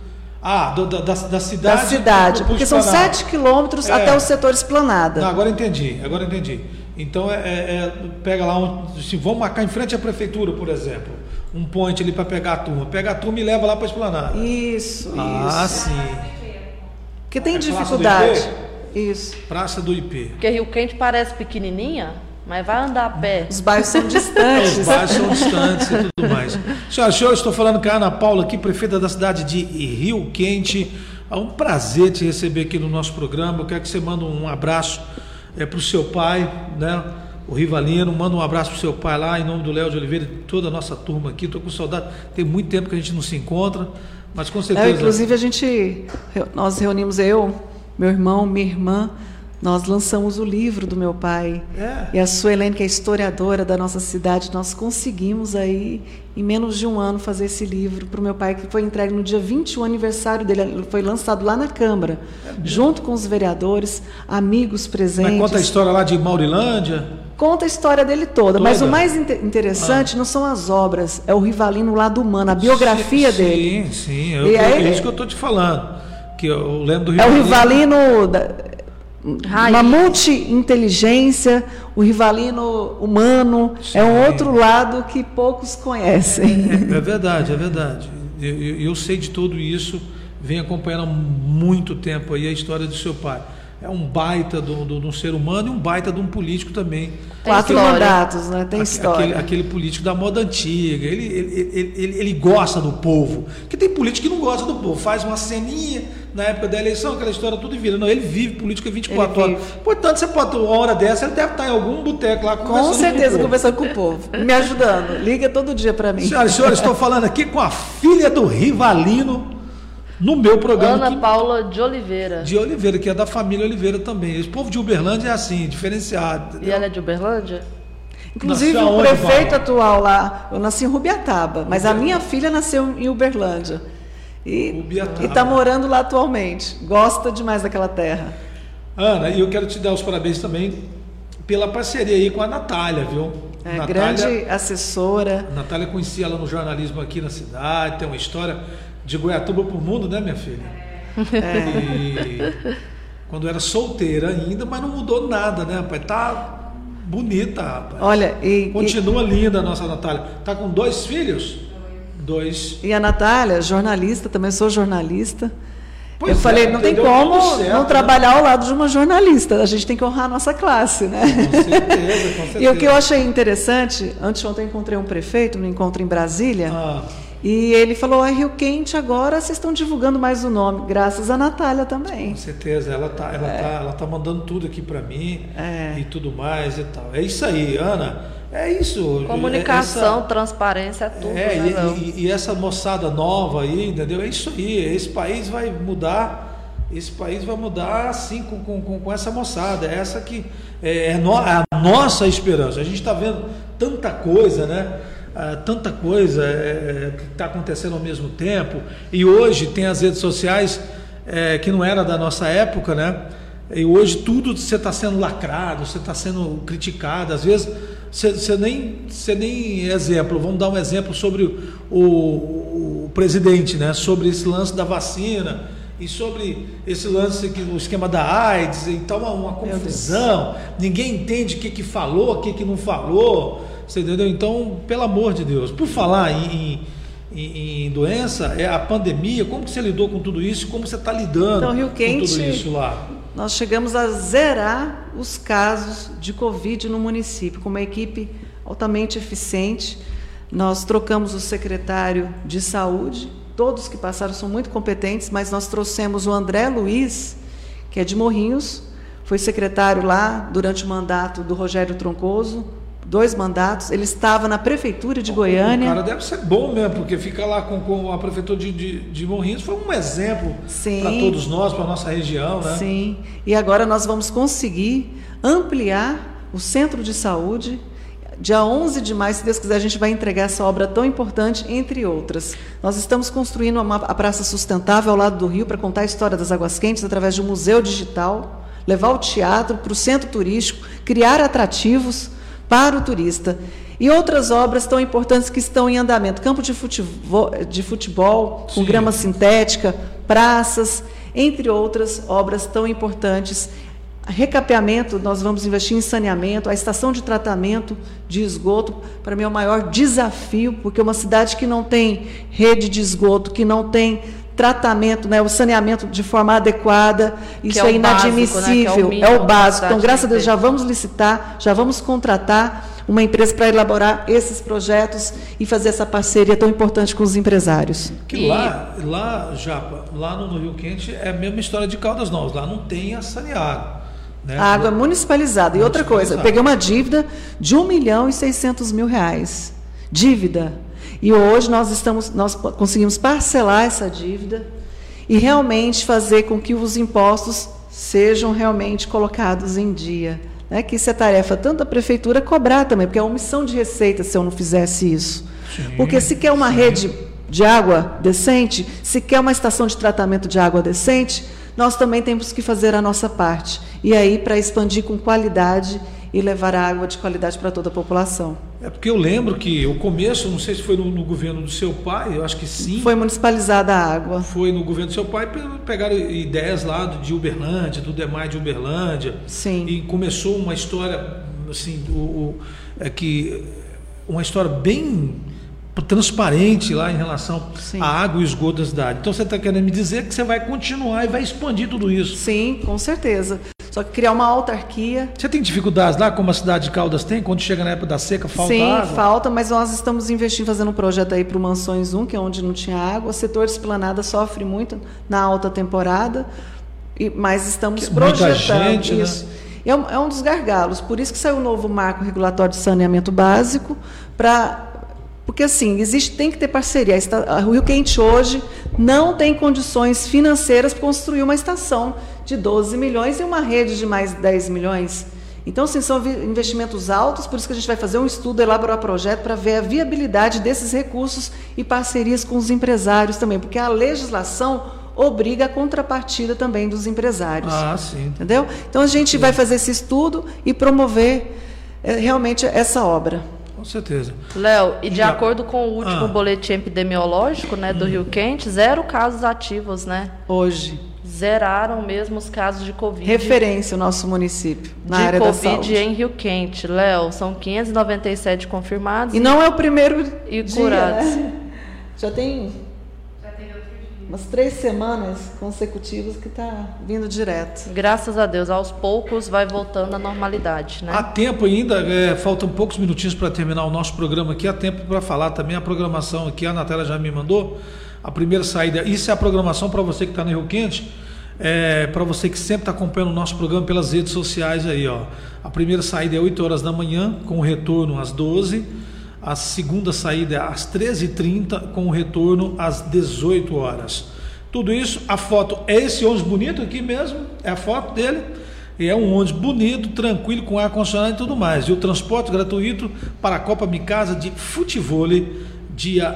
Da cidade? Da cidade, porque são 7 quilômetros até o setor Esplanada. Não, agora entendi. Então, pega lá, vamos marcar em frente à prefeitura, por exemplo, um point ali para pegar a turma. Pega a turma e leva lá para a Esplanada. Isso. Sim. Porque tem dificuldade. Praça do IP? Isso. Praça do IP. Porque Rio Quente parece pequenininha, mas vai andar a pé. Os bairros são distantes. Os bairros são distantes e tudo mais. Senhoras e senhores, estou falando com a Ana Paula aqui, prefeita da cidade de Rio Quente. É um prazer te receber aqui no nosso programa. Eu quero que você mande um abraço para o seu pai, né? O Rivalino, manda um abraço para o seu pai lá, em nome do Léo de Oliveira e toda a nossa turma aqui. Estou com saudade, tem muito tempo que a gente não se encontra, mas com certeza... Inclusive, nós reunimos meu irmão, minha irmã, nós lançamos o livro do meu pai. E a Suelene, que é historiadora da nossa cidade, nós conseguimos aí, em menos de um ano, fazer esse livro para o meu pai, que foi entregue no dia 21, aniversário dele. Foi lançado lá na Câmara, junto com os vereadores, amigos presentes. Mas conta a história lá de Maurilândia? Conta a história dele toda. Mas o mais interessante não são as obras, é o Rivalino, o lado humano, a biografia dele. Sim. É isso que eu estou te falando. Que eu lembro do Rivalino. É o Rivalino... uma multi-inteligência, o Rivalino humano. Sim. É um outro lado que poucos conhecem. É verdade. Eu sei de tudo isso, venho acompanhando há muito tempo aí a história do seu pai. É um baita de um ser humano e um baita de um político também. 4 mandatos, né? Tem história. Aquele político da moda antiga. Ele gosta do povo. Porque tem político que não gosta do povo. Faz uma ceninha na época da eleição, aquela história tudo e vira. Não, ele vive política 24 horas. Portanto, você pode, uma hora dessa, ele deve estar em algum boteco lá conversando com certeza, conversando com o povo. Me ajudando. Liga todo dia para mim. Senhoras e senhores, estou falando aqui com a filha do Rivalino, no meu programa. Ana Paula de Oliveira. De Oliveira, que é da família Oliveira também. Esse povo de Uberlândia é assim, diferenciado. Entendeu? E ela é de Uberlândia? Inclusive, o prefeito atual lá, eu nasci em Rubiataba, mas a minha filha nasceu em Uberlândia. E está morando lá atualmente. Gosta demais daquela terra. Ana, e eu quero te dar os parabéns também pela parceria aí com a Natália, viu? Natália, grande assessora. A Natália, conheci ela no jornalismo aqui na cidade, tem uma história de Goiatuba para o mundo, né, minha filha? E quando era solteira ainda, mas não mudou nada, né, rapaz? Tá bonita, rapaz. Olha, continua linda a nossa Natália. Tá com 2 filhos? 2. E a Natália, jornalista, também sou jornalista. Eu falei, não tem como certo, não trabalhar ao lado de uma jornalista. A gente tem que honrar a nossa classe, né? Com certeza. E o que eu achei interessante, ontem eu encontrei um prefeito, no encontro em Brasília. E ele falou, Rio Quente agora vocês estão divulgando mais o nome, graças à Natália também. Com certeza, ela tá mandando tudo aqui para mim e tudo mais e tal. É isso aí, Ana, é isso. Comunicação, transparência, é tudo. E essa moçada nova aí, entendeu? É isso aí, esse país vai mudar assim com essa moçada, essa que é a nossa esperança. A gente está vendo tanta coisa, né? Tanta coisa que está acontecendo ao mesmo tempo, e hoje tem as redes sociais que não era da nossa época, né? E hoje tudo você está sendo lacrado, você está sendo criticado, às vezes você nem exemplo, vamos dar um exemplo sobre o presidente, né? Sobre esse lance da vacina e sobre esse lance, o esquema da AIDS, então uma confusão, ninguém entende o que falou, o que não falou. Você entendeu? Então, pelo amor de Deus, por falar em doença, a pandemia, como que você lidou com tudo isso? Como você está lidando Rio Quente, com tudo isso lá? Nós chegamos a zerar os casos de Covid no município, com uma equipe altamente eficiente. Nós trocamos o secretário de saúde, todos que passaram são muito competentes, mas nós trouxemos o André Luiz, que é de Morrinhos, foi secretário lá durante o mandato do Rogério Troncoso, 2 mandatos, ele estava na Prefeitura de Goiânia. O cara deve ser bom mesmo, porque ficar lá com a Prefeitura de Morrinhos foi um exemplo para todos nós, para a nossa região, né? Sim, e agora nós vamos conseguir ampliar o centro de saúde. Dia 11 de maio, se Deus quiser, a gente vai entregar essa obra tão importante, entre outras. Nós estamos construindo a Praça Sustentável ao lado do rio para contar a história das Águas Quentes através de um museu digital, levar o teatro para o centro turístico, criar atrativos para o turista. E outras obras tão importantes que estão em andamento. Campo de futebol com grama sintética, praças, entre outras obras tão importantes. Recapeamento, nós vamos investir em saneamento, a estação de tratamento de esgoto, para mim é o maior desafio, porque uma cidade que não tem rede de esgoto, que não tem tratamento, né, o saneamento de forma adequada, isso é inadmissível, é o básico. Então, graças a Deus, já vamos licitar, já vamos contratar uma empresa para elaborar esses projetos e fazer essa parceria tão importante com os empresários. Que lá, Japa, lá no Rio Quente é a mesma história de Caldas Novas, lá não tem a saneágua. Né? A água é municipalizada. E outra coisa, eu peguei uma dívida de R$1.600.000. Dívida. E hoje nós conseguimos parcelar essa dívida e realmente fazer com que os impostos sejam realmente colocados em dia. Né? Que isso é tarefa tanto da Prefeitura cobrar também, porque é omissão de receita se eu não fizesse isso. Sim, porque se quer uma rede de água decente, se quer uma estação de tratamento de água decente, nós também temos que fazer a nossa parte. E aí, para expandir com qualidade e levar a água de qualidade para toda a população. É porque eu lembro que o começo, não sei se foi no governo do seu pai, eu acho que sim. Foi municipalizada a água. Foi no governo do seu pai, pegaram ideias lá de Uberlândia, do DEMAI de Uberlândia. Sim. E começou uma história, assim, uma história bem transparente lá em relação à água e esgoto da cidade. Então você está querendo me dizer que você vai continuar e vai expandir tudo isso? Sim, com certeza. Só que criar uma autarquia. Você tem dificuldades lá, como a cidade de Caldas tem? Quando chega na época da seca, falta água? Sim, falta, mas nós estamos investindo, fazendo um projeto aí para o Mansões 1, que é onde não tinha água. O setor Esplanada sofre muito na alta temporada, mas estamos projetando gente, isso. Né? É um dos gargalos. Por isso que saiu o novo marco regulatório de saneamento básico, porque assim, tem que ter parceria. O Rio Quente hoje não tem condições financeiras para construir uma estação de 12 milhões e uma rede de mais 10 milhões. Então, assim, são investimentos altos, por isso que a gente vai fazer um estudo, elaborar um projeto para ver a viabilidade desses recursos e parcerias com os empresários também, porque a legislação obriga a contrapartida também dos empresários. Sim. Entendeu? Então, a gente vai fazer esse estudo e promover realmente essa obra. Com certeza. Léo, e de acordo com o último boletim epidemiológico, né, do Rio Quente, 0 casos ativos, né? Hoje. Zeraram mesmo os casos de Covid. Referência o nosso município na área da saúde. De Covid em Rio Quente. Léo, são 597 confirmados. E não é o primeiro e curados. Né? Já tem umas 3 semanas consecutivas que está vindo direto. Graças a Deus, aos poucos vai voltando à normalidade, né? Há tempo ainda, faltam poucos minutinhos para terminar o nosso programa aqui, há tempo para falar também a programação aqui, a Natália já me mandou, a primeira saída, isso é a programação para você que está no Rio Quente, para você que sempre está acompanhando o nosso programa pelas redes sociais aí, ó. A primeira saída é 8 horas da manhã, com o retorno às 12, a segunda saída é às 13h30, com o retorno às 18 horas. Tudo isso, a foto é esse ônibus bonito aqui mesmo, é a foto dele, e é um ônibus bonito, tranquilo, com ar-condicionado e tudo mais. E o transporte gratuito para a Copa Micasa de Futevôlei, dia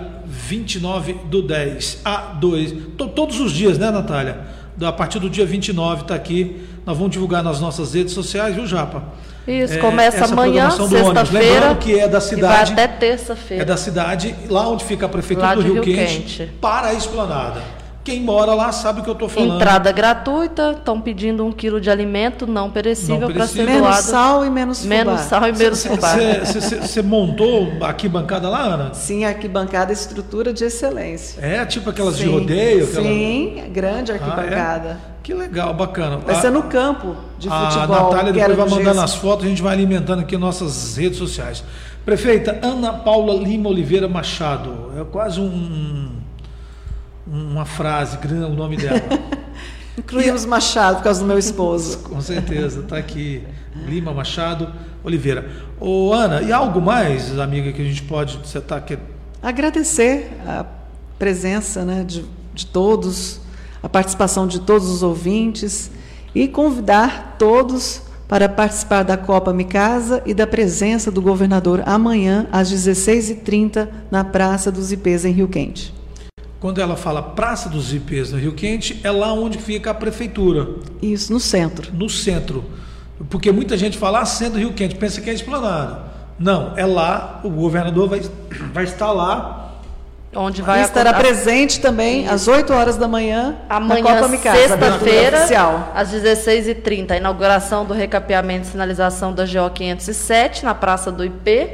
29/10 a 2. Todos os dias, né, Natália? A partir do dia 29 está aqui. Nós vamos divulgar nas nossas redes sociais, viu, Japa? Isso, começa amanhã, sexta-feira, lembrando que é da cidade, e vai até terça-feira. É da cidade, lá onde fica a Prefeitura do Rio Quente, para a Esplanada. Quem mora lá sabe o que eu estou falando. Entrada gratuita, estão pedindo 1 quilo de alimento não perecível para ser doado. Menos sal e menos fubá. Menos sal e menos fubá. Você montou a arquibancada lá, Ana? Sim, a arquibancada é estrutura de excelência. É, tipo aquelas de rodeio? Sim, grande arquibancada. Que legal, bacana. Vai ser no campo de futebol. A Natália depois vai mandando as fotos, a gente vai alimentando aqui nossas redes sociais. Prefeita Ana Paula Lima Oliveira Machado, é quase uma frase, o nome dela. Incluímos Machado, por causa do meu esposo. Com certeza, está aqui Lima, Machado, Oliveira. Ô, Ana, e algo mais, amiga, que a gente pode... Você está aqui... Agradecer a presença, né, de todos, a participação de todos os ouvintes e convidar todos para participar da Copa Me Casa e da presença do governador amanhã, às 16h30, na Praça dos Ipês, em Rio Quente. Quando ela fala Praça dos Ipês, no Rio Quente, é lá onde fica a prefeitura. Isso, no centro. No centro. Porque muita gente fala centro do Rio Quente, pensa que é Esplanada. Não, é lá, o governador vai estar lá. Onde vai estará presente também às 8 horas da manhã, amanhã, na Copa Me Casa, sexta-feira, às 16h30, a inauguração do recapeamento e sinalização da GO 507 na Praça do IP,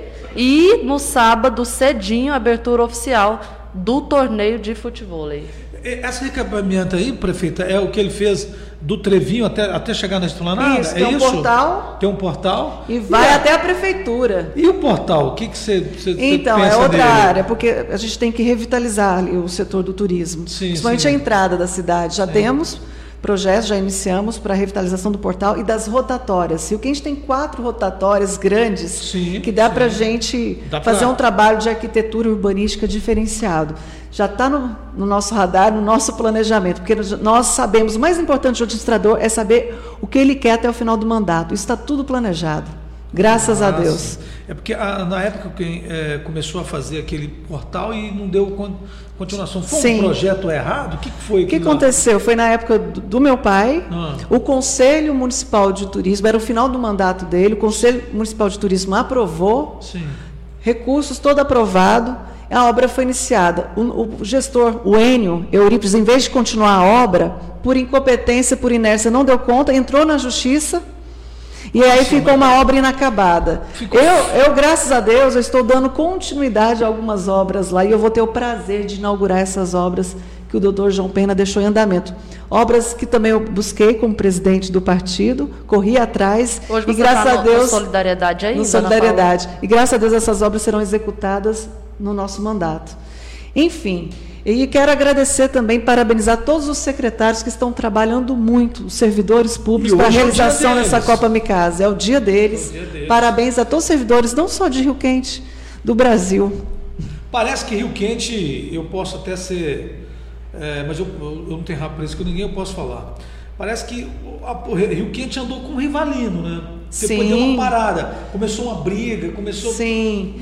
e no sábado, cedinho, a abertura oficial do torneio de futevôlei. Esse recapeamento aí, prefeita, é o que ele fez do Trevinho até chegar na Esplanada? Isso, tem um portal. Tem um portal. E vai até a prefeitura. E o portal? O que você Então, pensa é outra dele? área, porque a gente tem que revitalizar ali o setor do turismo. Principalmente a entrada da cidade. Já temos projetos, já iniciamos para a revitalização do portal e das rotatórias. E o que a gente tem 4 rotatórias grandes que dá para a gente fazer um trabalho de arquitetura urbanística diferenciado. Já está no nosso radar, no nosso planejamento, porque nós sabemos, o mais importante do administrador é saber o que ele quer até o final do mandato. Isso está tudo planejado, graças a Deus. É porque na época que começou a fazer aquele portal e não deu continuação. Foi um projeto errado? O que foi? O que aconteceu? Foi na época do meu pai, o Conselho Municipal de Turismo, era o final do mandato dele, o Conselho Municipal de Turismo aprovou, recursos todo aprovado, a obra foi iniciada. O gestor, o Enio Eurípides, em vez de continuar a obra, por incompetência, por inércia, não deu conta, entrou na justiça. E aí ficou uma obra inacabada. Eu, graças a Deus, eu estou dando continuidade a algumas obras lá e eu vou ter o prazer de inaugurar essas obras que o doutor João Pena deixou em andamento. Obras que também eu busquei como presidente do partido, corri atrás. Hoje e você graças tá a Deus, no Solidariedade ainda? no Solidariedade. E graças a Deus essas obras serão executadas no nosso mandato. Enfim, e quero agradecer também, parabenizar todos os secretários que estão trabalhando muito, os servidores públicos, para a realização dessa Copa Me Casa. É o dia deles. Parabéns a todos os servidores, não só de Rio Quente, do Brasil. Parece que Rio Quente, eu posso até ser... mas eu não tenho rabo para isso com ninguém, eu posso falar. Parece que o Rio Quente andou com um rivalino, né? Depois deu uma parada, começou uma briga, começou... Sim.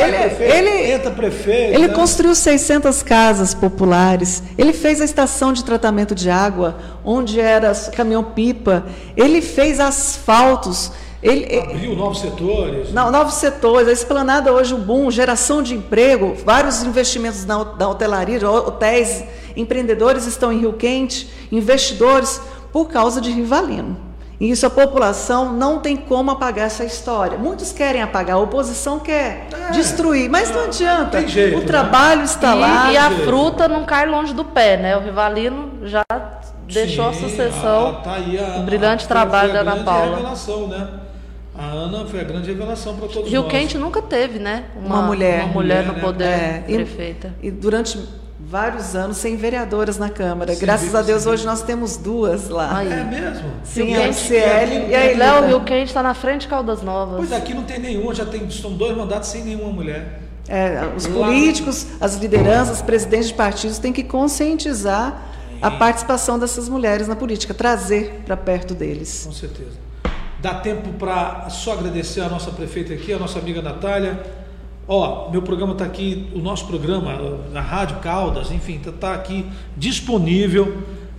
Entra prefeito... Ele construiu 600 casas populares, ele fez a estação de tratamento de água, onde era caminhão-pipa, ele fez asfaltos... Abriu novos setores. Não, novos setores, a Esplanada hoje, o boom, geração de emprego, vários investimentos da hotelaria, hotéis, empreendedores estão em Rio Quente, investidores, por causa de rivalino. E isso a população não tem como apagar essa história. Muitos querem apagar, a oposição quer destruir, mas não adianta. Tem jeito, o trabalho está lá. E a fruta não cai longe do pé, né? O rivalino já deixou a sucessão. Tá aí o brilhante trabalho da Ana Paula. Revelação, né? A Ana foi a grande revelação para todos nós. Rio Quente nunca teve, né? Uma mulher no poder prefeita. E durante vários anos sem vereadoras na Câmara. Graças a Deus hoje nós temos 2 lá. É mesmo? Sim, a Ciele e a Elida. Léo, Rio Quente está na frente de Caldas Novas. Pois aqui não tem nenhuma, são 2 mandatos sem nenhuma mulher. Os políticos, as lideranças, presidentes de partidos têm que conscientizar a participação dessas mulheres na política, trazer para perto deles. Com certeza. Dá tempo para só agradecer a nossa prefeita aqui, a nossa amiga Natália. Meu programa está aqui, o nosso programa, a Rádio Caldas, enfim, está aqui disponível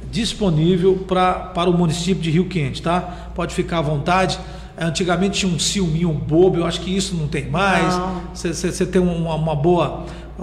para o município de Rio Quente, tá? Pode ficar à vontade. Antigamente tinha um ciúminho bobo, eu acho que isso não tem mais. Você tem uma boa...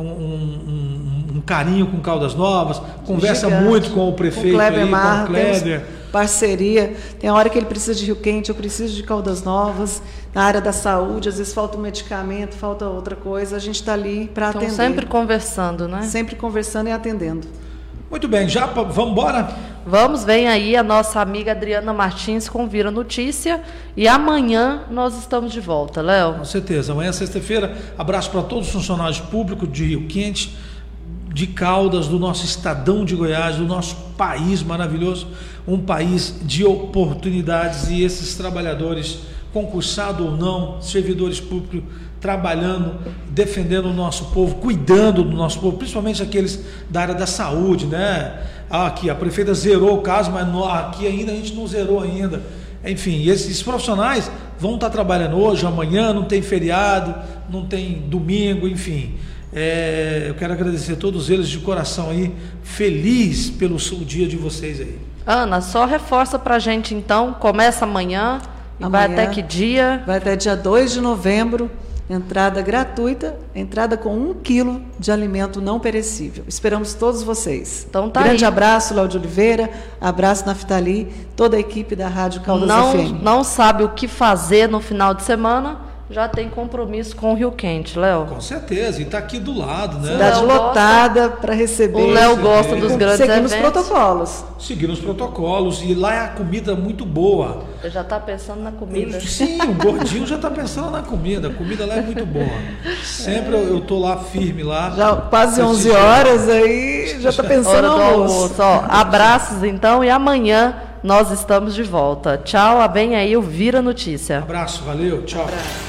Um carinho com Caldas Novas, conversa muito com o prefeito, com Kleber ali, Marra, com o Kleber. Parceria, tem a hora que ele precisa de Rio Quente, eu preciso de Caldas Novas, na área da saúde, às vezes falta um medicamento, falta outra coisa, a gente está ali para atender. Sempre conversando, né? Sempre conversando e atendendo. Muito bem, já vamos embora? Vamos, vem aí a nossa amiga Adriana Martins com Vira Notícia e amanhã nós estamos de volta, Léo. Com certeza, amanhã é sexta-feira, abraço para todos os funcionários públicos de Rio Quente, de Caldas, do nosso estadão de Goiás, do nosso país maravilhoso, um país de oportunidades, e esses trabalhadores, concursado ou não, servidores públicos, trabalhando, defendendo o nosso povo, cuidando do nosso povo, principalmente aqueles da área da saúde, né? Aqui a prefeita zerou o caso, mas aqui ainda a gente não zerou ainda. Enfim, esses profissionais vão estar trabalhando hoje, amanhã, não tem feriado, não tem domingo, enfim. Eu quero agradecer a todos eles de coração aí, feliz pelo dia de vocês aí. Ana, só reforça pra gente então, começa amanhã, e vai até que dia? Vai até dia 2 de novembro, entrada gratuita, entrada com 1 quilo de alimento não perecível. Esperamos todos vocês. Então tá Grande aí. abraço, Léo de Oliveira, abraço Naftali, toda a equipe da Rádio Caldas FM. Não sabe o que fazer no final de semana? Já tem compromisso com o Rio Quente, Léo. Com certeza, e está aqui do lado, né? Cidade lotada para receber. O Léo gosta dos grandes eventos. Seguindo os protocolos. Seguindo os protocolos, e lá é a comida muito boa. Você já está pensando na comida. Sim, o gordinho já está pensando na comida. A comida lá é muito boa. Sempre eu tô lá firme lá. Já quase 11 horas aí, já está pensando no almoço. Ó, abraços então, e amanhã nós estamos de volta. Tchau, vem aí o Vira Notícia. Abraço, valeu, tchau.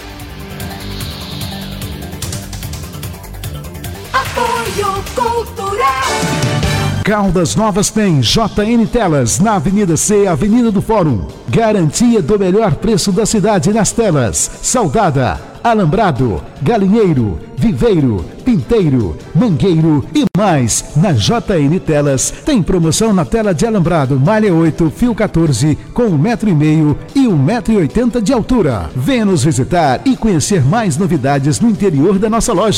Apoio Cultural. Caldas Novas tem JN Telas, na Avenida C, Avenida do Fórum. Garantia do melhor preço da cidade nas telas. Saudada, Alambrado, Galinheiro, Viveiro, Pinteiro, Mangueiro e mais. Na JN Telas tem promoção na tela de alambrado malha 8, fio 14 com 1,5 m e 1,80 m de altura. Venha nos visitar e conhecer mais novidades no interior da nossa loja.